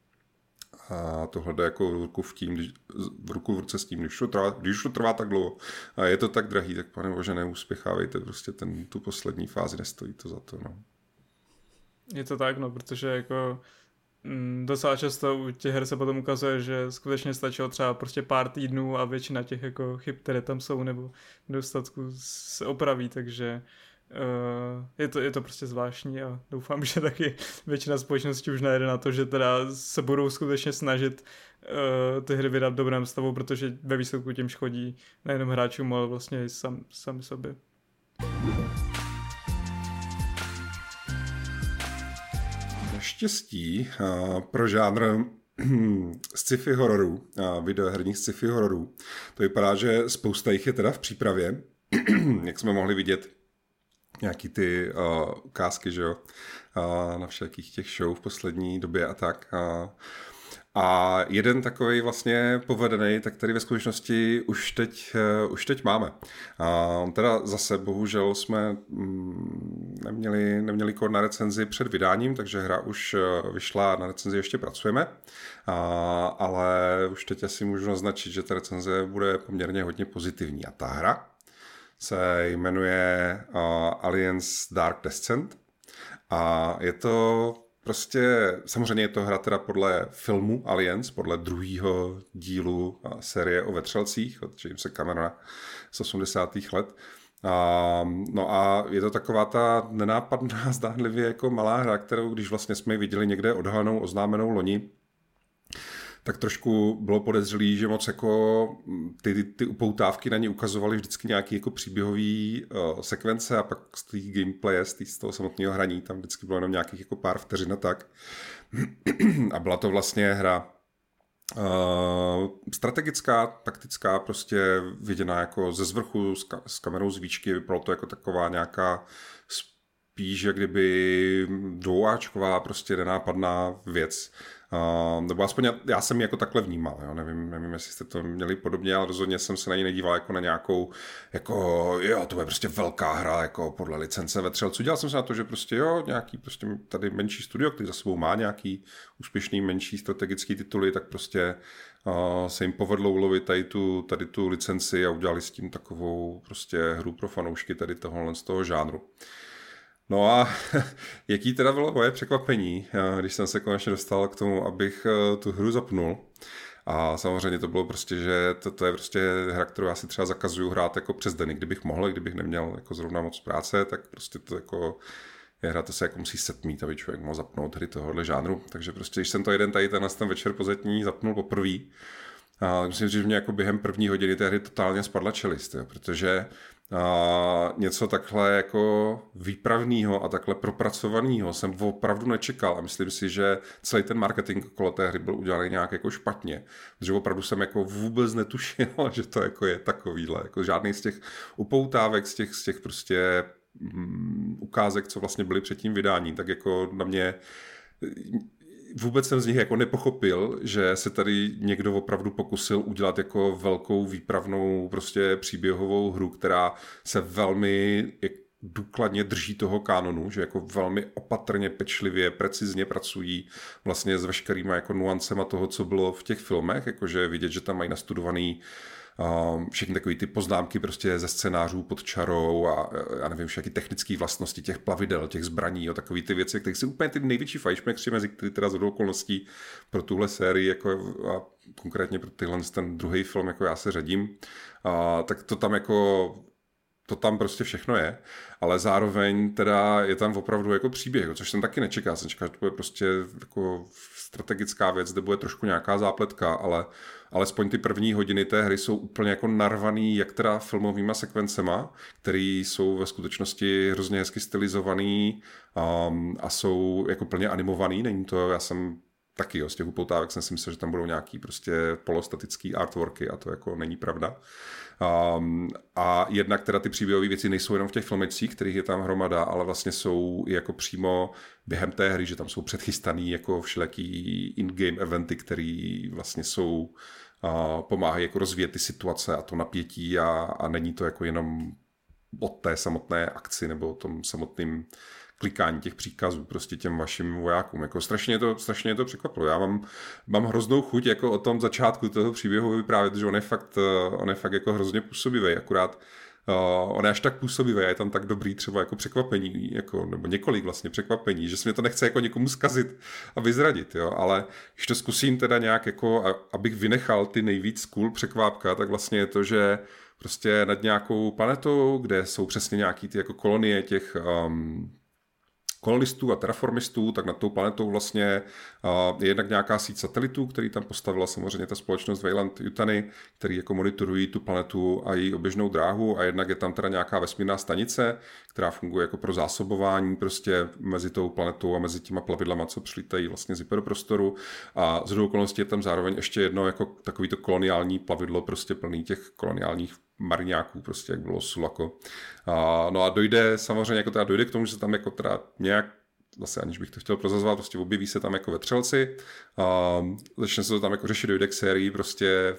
A: A tohle jde jako v ruku v ruce s tím, když už to trvá tak dlouho a je to tak drahý, tak pane bože, neuspěchávejte, prostě tu poslední fázi, nestojí to za to, no.
B: Je to tak, no, protože jako docela často u těch her se potom ukazuje, že skutečně stačilo třeba prostě pár týdnů a většina těch jako chyb, které tam jsou nebo nedostatků se opraví, takže je to prostě zvláštní a doufám, že taky většina společnosti už najde na to, že teda se budou skutečně snažit ty hry vydat v dobrém stavu, protože ve výsledku tím škodí nejenom hráčům, ale vlastně i sami sobě.
A: Naštěstí pro žánr sci-fi hororů, videoherních sci-fi hororů, to vypadá, že spousta jich je teda v přípravě, jak jsme mohli vidět nějaký ty ukázky, že jo, na všakých těch show v poslední době a tak. A jeden takovej vlastně povedený, tak tady ve skutečnosti už teď máme. On teda zase bohužel jsme neměli kód na recenzi před vydáním, takže hra už vyšla, na recenzi ještě pracujeme, ale už teď asi můžu naznačit, že ta recenze bude poměrně hodně pozitivní. A ta hra se jmenuje Aliens Dark Descent a je to prostě, samozřejmě je to hra teda podle filmu Aliens, podle druhého dílu série o vetřelcích od Jamesa Camerona z 80. let. No a je to taková ta nenápadná, zdánlivě jako malá hra, kterou když vlastně jsme ji viděli někde odhalenou, oznámenou loni, tak trošku bylo podezřelý, že moc jako ty upoutávky na ně ukazovaly vždycky nějaký jako příběhový sekvence a pak z té gameplaye, z toho samotného hraní, tam vždycky bylo jenom nějakých jako pár vteřin a tak. A byla to vlastně hra strategická, taktická, prostě viděná jako ze zvrchu s kamerou z výšky, vypadalo to jako taková nějaká spíš jak kdyby dvouáčková prostě nenápadná věc. Nebo aspoň já jsem ji jako takhle vnímal, jo? Nevím, jestli jste to měli podobně, ale rozhodně jsem se na ní nedíval jako na nějakou, jako jo, to je prostě velká hra, jako podle licence vetřelců. Dělal jsem se na to, že prostě jo, nějaký prostě tady menší studio, který za sebou má nějaký úspěšný menší strategický tituly, tak prostě se jim povedlo ulovit tady tu licenci a udělali s tím takovou prostě hru pro fanoušky tady tohohle z toho žánru. No a jaký teda bylo moje překvapení, když jsem se konečně dostal k tomu, abych tu hru zapnul. A samozřejmě to bylo prostě, že to je prostě hra, kterou já si třeba zakazuju hrát jako přes den, kdybych mohl, kdybych neměl jako zrovna moc práce, tak prostě to jako je hra, to se jako musí setmít, aby člověk mohl zapnout hry tohohle žánru. Takže prostě, když jsem to jeden tady ten večer pozetní zapnul poprvé, a myslím, že mě jako během první hodiny té hry totálně spadla čelist, jo, protože něco takhle jako výpravného a takhle propracovaného jsem opravdu nečekal a myslím si, že celý ten marketing okolo té hry byl udělaný nějak jako špatně, protože opravdu jsem jako vůbec netušil, že to jako je takovýhle, jako žádný z těch upoutávek, z těch prostě ukázek, co vlastně byly před tím vydáním, tak jako na mě vůbec jsem z nich jako nepochopil, že se tady někdo opravdu pokusil udělat jako velkou výpravnou prostě příběhovou hru, která se velmi důkladně drží toho kánonu, že jako velmi opatrně, pečlivě, precizně pracují vlastně s veškerýma jako nuancema toho, co bylo v těch filmech, jakože vidět, že tam mají nastudovaný všechny takové ty poznámky prostě ze scénářů pod čarou a já nevím, všechny technické vlastnosti těch plavidel, těch zbraní, takové ty věci, které jsou úplně ty největší fajšmekři, mezi který teda z okolností pro tuhle sérii jako a konkrétně pro ten druhý film, jako já se řadím, tak to tam jako to tam prostě všechno je, ale zároveň teda je tam opravdu jako příběh, což jsem taky nečekal. Jsem čekal, že to bude prostě jako strategická věc, kde bude trošku nějaká zápletka, ale alespoň ty první hodiny té hry jsou úplně jako narvaný jak teda filmovýma sekvencema, které jsou ve skutečnosti hrozně hezky stylizovaný a jsou jako plně animovaný. Není to, já jsem taky, z těch upoutávek jsem si myslel, že tam budou nějaký prostě polostatický artworky a to jako není pravda. A jednak teda ty příběhové věci nejsou jenom v těch filmecích, kterých je tam hromada, ale vlastně jsou i jako přímo během té hry, že tam jsou předchystaný jako všelijaký in-game eventy, které vlastně jsou pomáhají jako rozvíjet ty situace a to napětí a není to jako jenom o té samotné akci nebo o tom samotném klikání těch příkazů prostě těm vašim vojákům. Jako strašně je to překvapilo. Já mám hroznou chuť jako o tom začátku toho příběhu vyprávět, že on je fakt jako hrozně působivý, akorát on je až tak působivý a je tam tak dobrý třeba jako překvapení, jako, nebo několik vlastně překvapení, že se mě to nechce jako někomu zkazit a vyzradit, jo, ale když to zkusím teda nějak jako, abych vynechal ty nejvíc cool překvápka, tak vlastně je to, že prostě nad nějakou planetou, kde jsou přesně nějaký ty jako kolonie těch kolonistů a terraformistů, tak nad tou planetou vlastně je jednak nějaká síť satelitů, který tam postavila samozřejmě ta společnost Weyland-Yutani, který jako monitorují tu planetu a její oběžnou dráhu a jednak je tam teda nějaká vesmírná stanice, která funguje jako pro zásobování prostě mezi tou planetou a mezi těma plavidlama, co přilítají vlastně z hyperprostoru a z druhou okolností je tam zároveň ještě jedno jako takovýto koloniální plavidlo prostě plný těch koloniálních mariňáků, prostě jak bylo Sulaco. No a dojde samozřejmě jako teda dojde k tomu, že se tam jako teda nějak zase aniž bych to chtěl prozazovat, prostě objeví se tam jako vetřelci, začne se to tam jako řešit, dojde k sérii prostě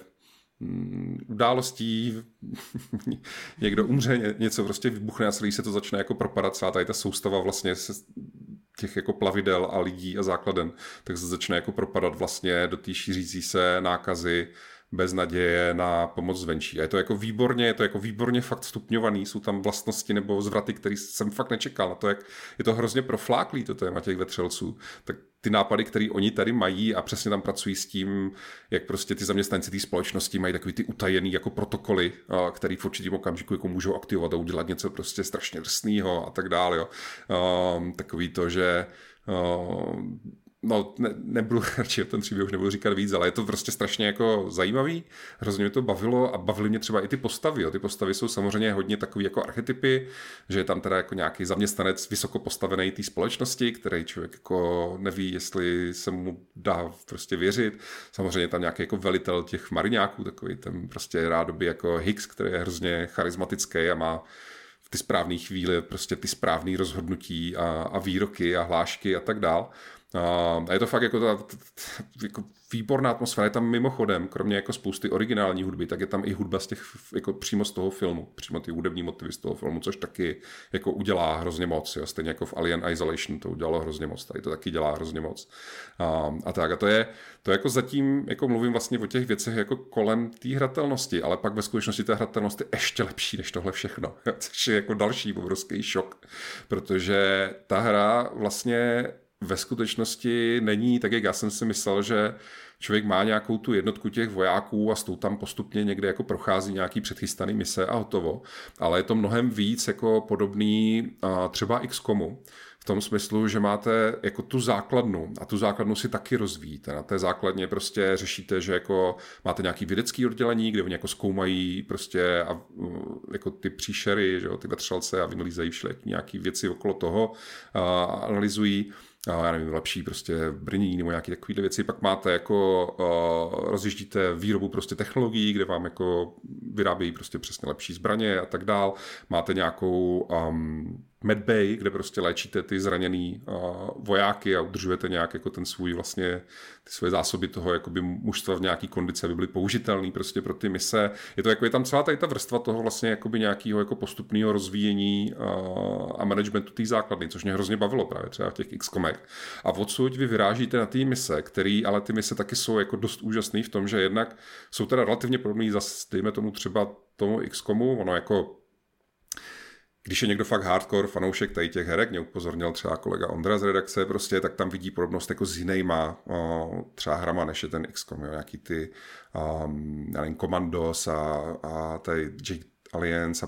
A: událostí, někdo umře, něco prostě vybuchne a celý se to začne jako propadat, celá tady ta soustava vlastně těch jako plavidel a lidí a základen, tak se začne jako propadat vlastně do té šířící se nákazy bez naděje na pomoc zvenčí. A je to jako výborně fakt stupňovaný, jsou tam vlastnosti nebo zvraty, které jsem fakt nečekal na to, jak je to hrozně profláklý to téma těch vetřelců. Tak ty nápady, které oni tady mají a přesně tam pracují s tím, jak prostě ty zaměstnanci té společnosti mají takový ty utajený jako protokoly, který v určitým okamžiku jako můžou aktivovat a udělat něco prostě strašně drsného a tak dále. Jo. Takový to, že nebudu radši o ten příběh už nebudu říkat víc, ale je to prostě strašně jako zajímavý, hrozně mě to bavilo a bavily mě třeba i ty postavy. Jo. Ty postavy jsou samozřejmě hodně takový jako archetypy, že je tam teda jako nějaký zaměstnanec vysoko postavený té společnosti, který člověk jako neví, jestli se mu dá prostě věřit. Samozřejmě tam nějaký jako velitel těch mariňáků, takový ten prostě rádoby jako Hicks, který je hrozně charismatický a má v ty správné chvíli prostě ty správné rozhodnutí a výroky a hlášky a tak dál. A je to fakt jako výborná atmosféra. Je tam mimochodem, kromě jako spousty originální hudby, tak je tam i hudba z těch, jako přímo z toho filmu, přímo ty hudební motivy z toho filmu, což taky jako udělá hrozně moc. Jo. Stejně jako v Alien Isolation to udělalo hrozně moc, tady to taky dělá hrozně moc. A to je jako zatím, jako mluvím vlastně o těch věcech jako kolem té hratelnosti, ale pak ve skutečnosti ta hratelnost je ještě lepší než tohle všechno, což je jako další obrovský šok, protože ta hra vlastně ve skutečnosti není tak, jak já jsem si myslel, že člověk má nějakou tu jednotku těch vojáků a s tou tam postupně někde jako prochází nějaký předchystaný mise a hotovo. Ale je to mnohem víc jako podobný třeba XCOMu. V tom smyslu, že máte jako tu základnu a tu základnu si taky rozvíjíte. Na té základně prostě řešíte, že jako máte nějaký vědecký oddělení, kde oni jako zkoumají prostě a, jako ty příšery, že jo, ty vetřelce a vynalízají všelijaký nějaký věci okolo toho a analyzují. Já nevím, lepší prostě brnění nebo nějaké takovéhle věci. Pak máte jako, rozjíždíte výrobu prostě technologií, kde vám jako vyrábějí prostě přesně lepší zbraně a tak dál. Máte nějakou medbay, kde prostě léčíte ty zraněný vojáky a udržujete nějak jako ten svůj vlastně, ty své zásoby toho jakoby mužstva v nějaký kondici, aby byly použitelný prostě pro ty mise. Je to jako, je tam celá tady ta vrstva toho vlastně jakoby nějakého jako postupného rozvíjení a managementu té základny, což mě hrozně bavilo právě třeba v těch XCOMech. A odsud vy vyrážíte na ty mise, ale ty mise taky jsou jako dost úžasný v tom, že jednak jsou teda relativně podobný zase, dejme tomu třeba tomu XCOMu, ono jako když je někdo fakt hardcore fanoušek tady těch herek, mě upozornil třeba kolega Ondra z redakce, prostě, tak tam vidí podobnost jako s jinýma třeba hrama, než je ten XCOM, jo, nějaký ty Commandos a tady Alliance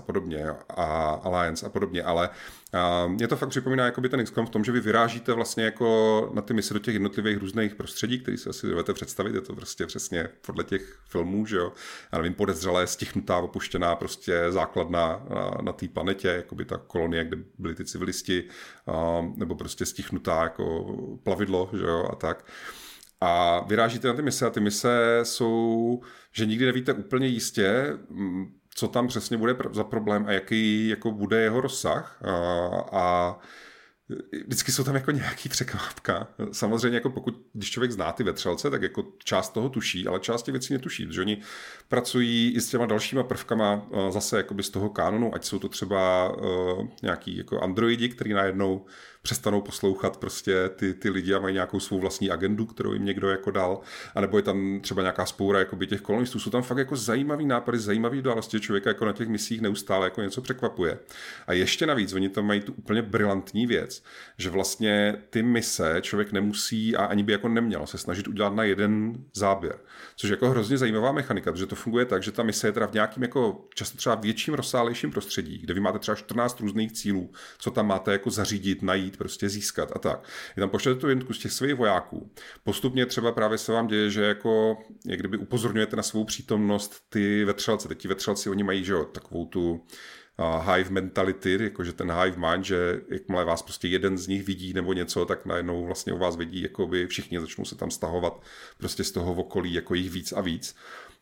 A: a podobně, ale mě to fakt připomíná jakoby ten XCOM v tom, že vy vyrážíte vlastně jako na ty mise do těch jednotlivých různých prostředí, které si asi dovedete představit, je to prostě přesně podle těch filmů, že jo, já nevím, podezřelé, stichnutá, opuštěná prostě základna na té planetě, jakoby ta kolonie, kde byli ty civilisti, nebo prostě stichnutá jako plavidlo, že jo, a tak. A vyrážíte na ty mise a ty mise jsou, že nikdy nevíte úplně jistě, co tam přesně bude za problém a jaký jako bude jeho rozsah a vždycky jsou tam jako nějaký překvapka. Samozřejmě jako když člověk zná ty vetřelce, tak jako část toho tuší, ale část těch věcí netuší, protože oni pracují i s těma dalšíma prvkama zase jakoby z toho kánonu, ať jsou to třeba nějaký jako androidi, který najednou přestanou poslouchat prostě ty lidi a mají nějakou svou vlastní agendu, kterou jim někdo jako dal, anebo je tam třeba nějaká spoura jakoby těch kolonistů. Jsou tam fakt jako zajímavý nápady, zajímavý události, člověka jako na těch misích neustále jako něco překvapuje. A ještě navíc, oni tam mají tu úplně brilantní věc, že vlastně ty mise člověk nemusí a ani by jako neměl se snažit udělat na jeden záběr. Což je jako hrozně zajímavá mechanika, protože to funguje tak, že ta mise je teda v nějakým jako často třeba větším, rozsálejším prostředí, kde vy máte třeba 14 různých cílů, co tam máte jako zařídit, najít, prostě získat a tak. Vy tam pošlete tu jednotku z těch svých vojáků. Postupně třeba právě se vám děje, že jako jak kdyby upozorňujete na svou přítomnost ty vetřelce. Teď ti vetřelci, oni mají, že jo, takovou tu hive mentality, jakože ten hive mind, že jakmile vás prostě jeden z nich vidí nebo něco, tak najednou vlastně u vás vidí, jako by všichni začnou se tam stahovat prostě z toho okolí, jako jich víc a víc.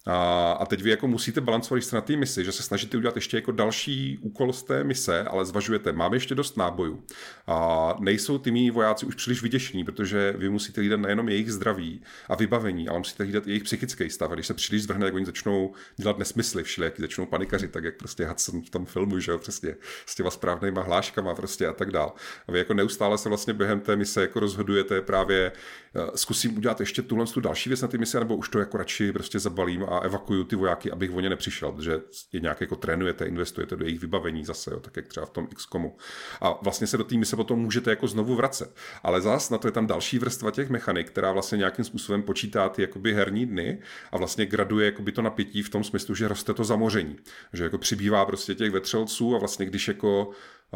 A: A teď vy jako musíte balancovat, když jste na té misi, že se snažíte udělat ještě jako další úkol z té mise, ale zvažujete, máme ještě dost nábojů. A nejsou ty mý vojáci už příliš vyděšení, protože vy musíte hlídat nejenom jejich zdraví a vybavení, ale musíte hlídat i jejich psychický stav. A když se příliš zvrhne, tak oni začnou dělat nesmysly všelijaký, začnou panikařit, tak jak prostě Hudson v tom filmu, že jo, přesně s těma správnýma hláškama prostě a tak dál. A vy jako neustále se vlastně během té mise jako rozhodujete právě zkusím udělat ještě tu další věc na ty mise, nebo už to jako radši prostě zabalím a evakuuju ty vojáky, abych o ně nepřišel, protože je nějak jako trénujete, investujete do jejich vybavení zase, jo, tak jak třeba v tom XCOMu. A vlastně se do té mise potom můžete jako znovu vracet. Ale zás na to je tam další vrstva těch mechanik, která vlastně nějakým způsobem počítá ty jakoby herní dny a vlastně graduje jakoby to napětí v tom smyslu, že roste to zamoření. Že jako přibývá prostě těch vetřelců a vlastně když jako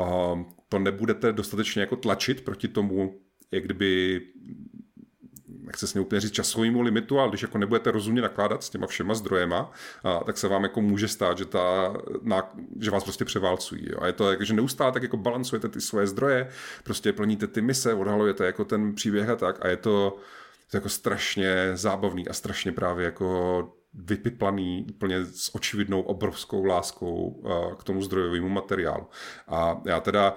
A: to nebudete dostatečně jako tlačit proti tomu, jak kdyby nechci s ním úplně říct časovému limitu, ale když jako nebudete rozumně nakládat s těma všema zdrojema, tak se vám jako může stát, že vás prostě převálcují. Jo. A je to jako, že neustále tak jako balancujete ty svoje zdroje, prostě plníte ty mise, odhalujete jako ten příběh a tak a je to jako strašně zábavný a strašně právě jako vypiplaný úplně s očividnou obrovskou láskou k tomu zdrojovému materiálu. A já teda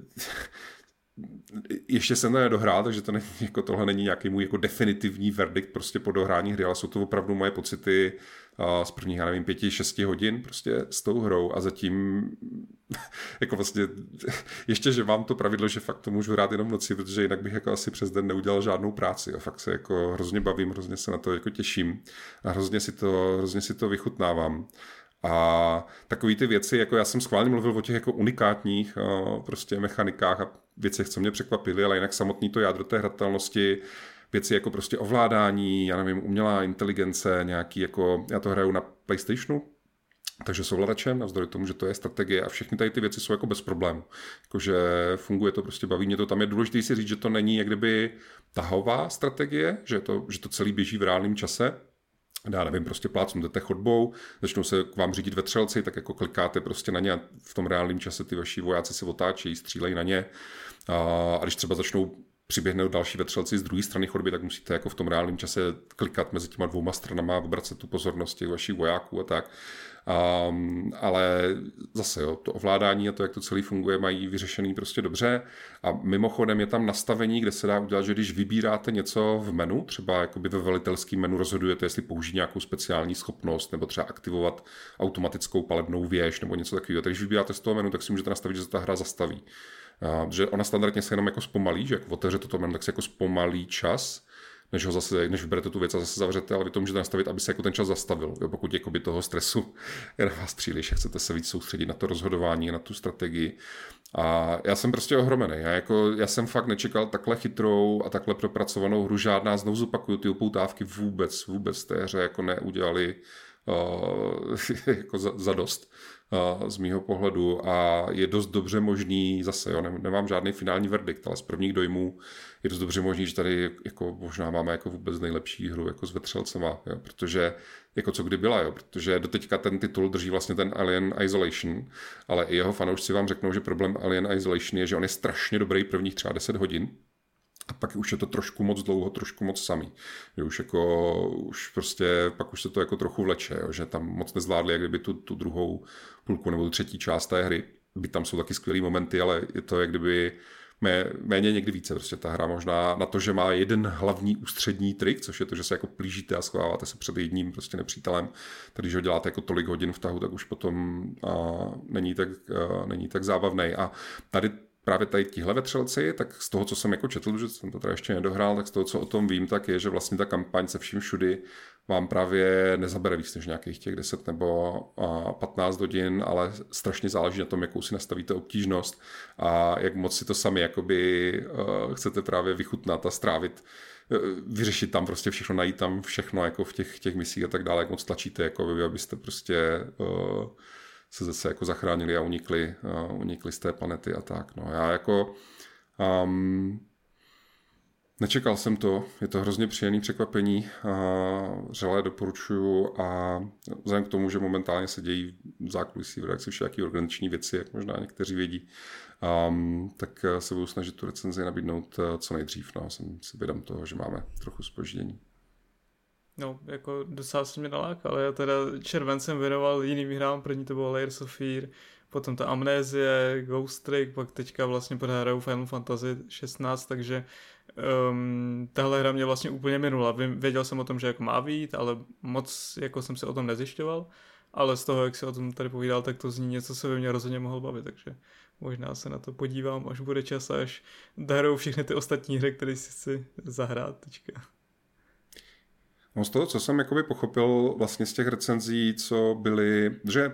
A: ještě jsem to nedohrál, takže to není, jako tohle není nějaký můj jako definitivní verdikt prostě po dohrání hry, ale jsou to opravdu moje pocity z prvních, já nevím, 5-6 hodin prostě s tou hrou a zatím jako vlastně ještě, že mám to pravidlo, že fakt to můžu hrát jenom v noci, protože jinak bych jako asi přes den neudělal žádnou práci a fakt se jako hrozně bavím, hrozně se na to jako těším a hrozně si to vychutnávám. A takový ty věci, jako já jsem schválně mluvil o těch jako unikátních prostě mechanikách a věcech, co mě překvapily, ale jinak samotný to jádro té hratelnosti, věci jako prostě ovládání, já nevím, umělá inteligence, nějaký jako, já to hraju na PlayStationu, takže s ovladačem, navzdory tomu, že to je strategie a všechny tady ty věci jsou jako bez problémů. Jakože funguje to, prostě baví mě to. Tam je důležité si říct, že to není jak kdyby tahová strategie, že to celý běží v reálném čase. Já nevím, prostě plácnete chodbou, začnou se k vám řídit vetřelci, tak jako klikáte prostě na ně a v tom reálném čase ty vaši vojáci se otáčejí, střílejí na ně. A když třeba začnou přiběhnout další vetřelci z druhé strany chodby, tak musíte jako v tom reálném čase klikat mezi těma dvouma stranama a obracet tu pozornost těch vašich vojáků a tak. Ale zase jo, to ovládání a to, jak to celé funguje, mají vyřešený prostě dobře. A mimochodem je tam nastavení, kde se dá udělat, že když vybíráte něco v menu, třeba jakoby ve velitelském menu rozhodujete, jestli použít nějakou speciální schopnost nebo třeba aktivovat automatickou palebnou věž nebo něco takového. Takže když vybíráte z toho menu, tak si můžete nastavit, že se ta hra zastaví. Že ona standardně se jenom jako zpomalí, že jak otevřete to menu, tak se jako zpomalí čas, než vyberete tu věc a zase zavřete, ale vy to můžete nastavit, aby se jako ten čas zastavil. Jo, pokud jakoby toho stresu je na vás příliš a chcete se víc soustředit na to rozhodování, na tu strategii. A já jsem prostě ohromený. Já jsem fakt nečekal takhle chytrou a takhle propracovanou hru. Žádná, znovu zopakuju, ty upoutávky vůbec té hře jako neudělali jako za dost z mýho pohledu a je dost dobře možný, zase jo, nemám žádný finální verdikt, ale z prvních dojmů je dost dobře možný, že tady jako možná máme jako vůbec nejlepší hru jako s vetřelcema, jo, protože jako co kdy byla, jo, protože doteďka ten titul drží vlastně ten Alien Isolation, ale i jeho fanoušci vám řeknou, že problém Alien Isolation je, že on je strašně dobrý prvních třeba 10 hodin, a pak už je to trošku moc dlouho, trošku moc samý. Že už prostě, pak už se to jako trochu vleče, jo, že tam moc nezvládli, jak kdyby tu druhou půlku nebo tu třetí část té hry. Byť tam jsou taky skvělý momenty, ale je to jak kdyby méně někdy více. Prostě ta hra možná na to, že má jeden hlavní ústřední trik, což je to, že se jako plížíte a schováváte se před jedním prostě nepřítelem. Tak když ho děláte jako tolik hodin v tahu, tak už potom není tak zábavný. A právě tady tihle vetřelci, tak z toho, co jsem jako četl, že jsem to teda ještě nedohrál, tak z toho, co o tom vím, tak je, že vlastně ta kampaň se vším všudy vám právě nezabere víc než nějakých těch 10 nebo 15 hodin, ale strašně záleží na tom, jakou si nastavíte obtížnost a jak moc si to sami jakoby chcete právě vychutnat a strávit, vyřešit tam prostě všechno, najít tam všechno jako v těch misích a tak dále, jak moc tlačíte, jako abyste prostě se zase jako zachránili a unikli z té planety a tak. No. Já jako nečekal jsem to, je to hrozně příjemné překvapení, vřele doporučuju a vzhledem k tomu, že momentálně se dějí v zákulisí v redakci všelijaký organizační věci, jak možná někteří vědí, tak se budu snažit tu recenzi nabídnout co nejdřív. No. Jsem si vědom toho, že máme trochu zpoždění.
B: No, jako docela se mě nalákal. Já teda červen jsem věnoval jiným hrám, první to bylo Layers of Fear, potom ta Amnézie, Ghost Trick, pak teďka vlastně podhraju Final Fantasy 16, takže tahle hra mě vlastně úplně minula. Věděl jsem o tom, že jako má vyjít, ale moc jako jsem se o tom nezjišťoval, ale z toho, jak si o tom tady povídal, tak to zní něco, co by mě rozhodně mohl bavit, takže možná se na to podívám, až bude čas, až dohraju všechny ty ostatní hry, které si chci zahrát teďka.
A: No z toho, co jsem jakoby pochopil vlastně z těch recenzí, co byly, že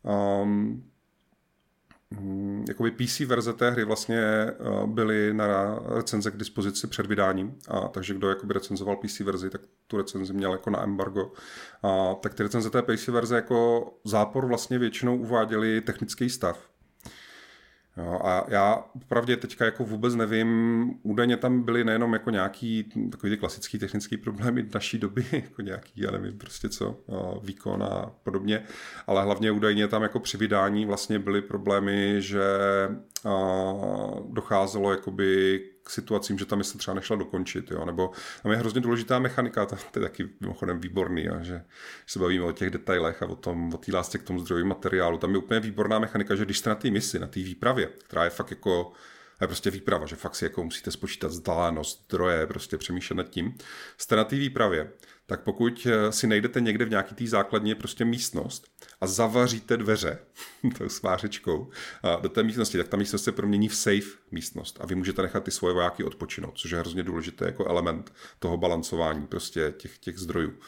A: jakoby PC verze té hry vlastně byly na recenze k dispozici před vydáním, a takže kdo jakoby recenzoval PC verzi, tak tu recenzi měl jako na embargo. Tak ty recenze té PC verze jako zápor vlastně většinou uváděli technický stav. Jo, a já opravdu teďka jako vůbec nevím, údajně tam byly nejenom jako nějaký takový ty klasický technický problémy naší doby, jako nějaký, já nevím prostě co, výkon a podobně, ale hlavně údajně tam jako při vydání vlastně byly problémy, že docházelo jakoby k situacím, že ta mise třeba nešla dokončit, jo, nebo tam je hrozně důležitá mechanika, to je taky mimochodem výborný, a že se bavíme o těch detailech a o té lásce k tomu zdrojovému materiálu, tam je úplně výborná mechanika, že když jste na té misi, na té výpravě, která je fakt jako, je prostě výprava, že fakt si jako musíte spočítat vzdálenost, zdroje, prostě přemýšlet nad tím, jste na té výpravě, tak pokud si najdete někde v nějaký té základně prostě místnost a zavaříte dveře tou svářečkou do té místnosti, tak ta místnost se promění v safe místnost a vy můžete nechat ty svoje vojáky odpočinout, což je hrozně důležité jako element toho balancování prostě těch zdrojů.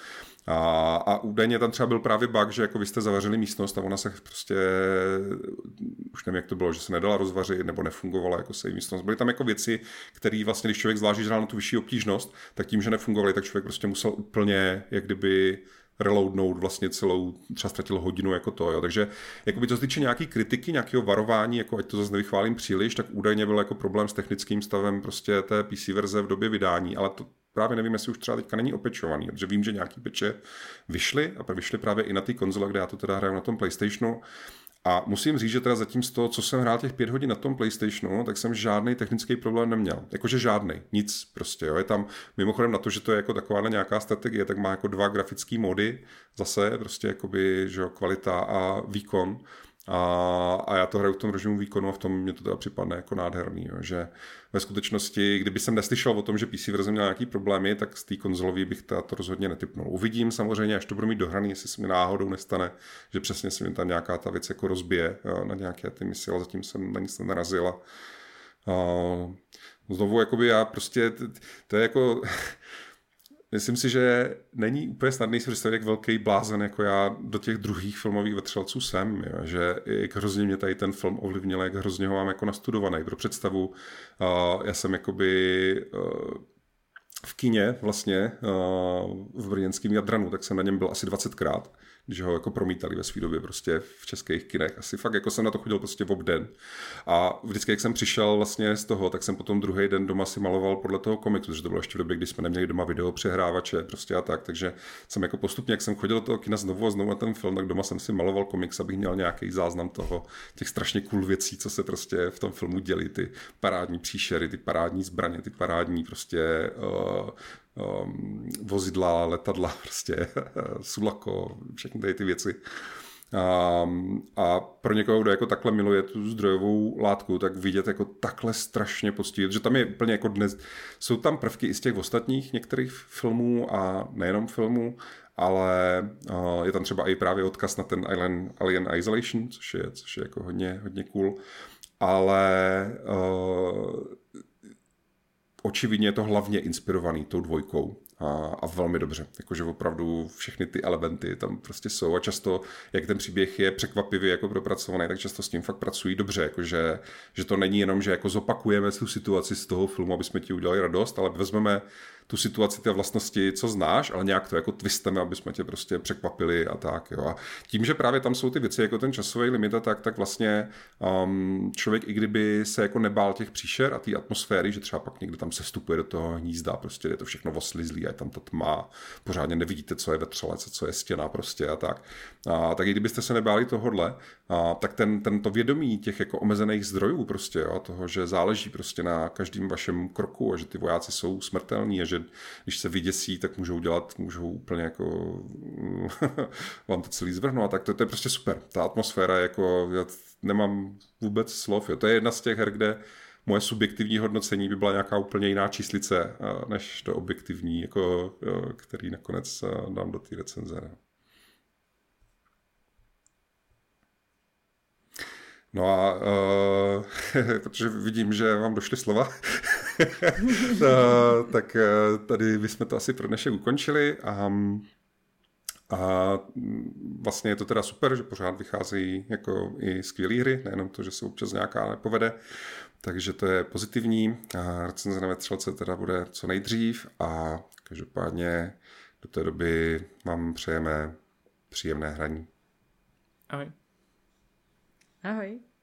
A: A údajně tam třeba byl právě bug, že jako vy jste zavařili místnost a ona se prostě, už nevím, jak to bylo, že se nedala rozvařit nebo nefungovala jako save místnost. Byly tam jako věci, které vlastně, když člověk zvlášť hrál na tu vyšší obtížnost, tak tím, že nefungovaly, tak člověk prostě musel úplně, jak kdyby reloadnout vlastně celou, třeba ztratil hodinu jako to, jo. Takže jakoby to se týče nějaký kritiky, nějakého varování, jako ať to zase nevychválím příliš, tak údajně byl jako problém s technickým stavem prostě té PC verze v době vydání, ale to právě nevím, jestli už třeba teďka není opečovaný, protože vím, že nějaký peče vyšly a vyšly právě i na ty konzole, kde já to teda hraju na tom PlayStationu. A musím říct, že teda zatím z toho, co jsem hrál těch 5 hodin na tom PlayStationu, tak jsem žádný technický problém neměl. Jakože žádný, nic prostě. Jo. Je tam mimochodem na to, že to je jako taková nějaká strategie, tak má jako 2 grafické mody, zase prostě jakoby, že jo, kvalita a výkon. A já to hraju v tom režimu výkonu a v tom mě to teda připadne jako nádherný, jo, že ve skutečnosti, kdyby jsem neslyšel o tom, že PC verze měla nějaký problémy, tak z té konzolový bych to rozhodně netipnul. Uvidím samozřejmě, až to budu mít dohraný, jestli se mi náhodou nestane, že přesně se mi tam nějaká ta věc jako rozbije, jo, na nějaké ty misi, ale zatím jsem na nic nenarazil. Znovu, jakoby já prostě, to je jako... Myslím si, že není úplně snadný si představit, jak velký blázen jako já do těch druhých filmových vetřelců jsem, jo? Že jak hrozně mě tady ten film ovlivnil, jak hrozně ho mám jako nastudovaný. Pro představu, já jsem jakoby v kině vlastně v brněnském Jadranu, tak jsem na něm byl asi 20krát, když ho jako promítali ve své době prostě v českých kinech. Asi fakt jako jsem na to chodil prostě v obden. A vždycky, jak jsem přišel vlastně z toho, tak jsem potom druhý den doma si maloval podle toho komiksu, protože to bylo ještě v době, kdy jsme neměli doma video přehrávače prostě a tak, takže jsem jako postupně, jak jsem chodil do toho kina znovu a znovu na ten film, tak doma jsem si maloval komiks, abych měl nějaký záznam toho, těch strašně cool věcí, co se prostě v tom filmu dělí, ty parádní příšery, ty parádní zbraně, ty parádní prostě vozidla, letadla, prostě Sulako, všechny tady ty věci. A pro někoho, kdo jako takhle miluje tu zdrojovou látku, tak vidět jako takhle strašně poctivě, že tam je úplně jako dnes, jsou tam prvky i z těch ostatních některých filmů a nejenom filmů, ale je tam třeba i právě odkaz na ten Alien Isolation, což je jako hodně, hodně cool, ale očividně je to hlavně inspirovaný tou dvojkou a velmi dobře. Jakože opravdu všechny ty elementy tam prostě jsou a často, jak ten příběh je překvapivě jako propracovaný, tak často s tím fakt pracují dobře. Jakože, že to není jenom, že jako zopakujeme tu situaci z toho filmu, aby jsme ti udělali radost, ale vezmeme tu situaci, ty vlastnosti, co znáš, ale nějak to jako twisteme, aby jsme tě prostě překvapili a tak. Jo. A tím, že právě tam jsou ty věci jako ten časový limit a tak vlastně člověk, i kdyby se jako nebál těch příšer a té atmosféry, že třeba pak někdo tam sestupuje do toho hnízda, prostě je to všechno oslizlý a je tam ta tma, pořádně nevidíte, co je vetřelec, co je stěna prostě a tak. Tak i kdybyste se nebáli tohodle, tak to vědomí těch jako omezených zdrojů prostě, jo, toho, že záleží prostě na každém vašem kroku a že ty vojáci jsou smrtelní a že když se vyděsí, tak můžou úplně jako vám to celý zvrhnout a tak to je prostě super. Ta atmosféra jako, já nemám vůbec slov, jo. To je jedna z těch her, kde moje subjektivní hodnocení by byla nějaká úplně jiná číslice, než to objektivní, jako, který nakonec dám do té recenze. No a protože vidím, že vám došly slova, tak tady bychom to asi pro dnešek ukončili a vlastně je to teda super, že pořád vycházejí jako i skvělé hry, nejenom to, že se občas nějaká nepovede, takže to je pozitivní. Recenze na vetřelce teda bude co nejdřív a každopádně do té doby vám přejeme příjemné hraní.
B: Ahoj.
C: Ahoj.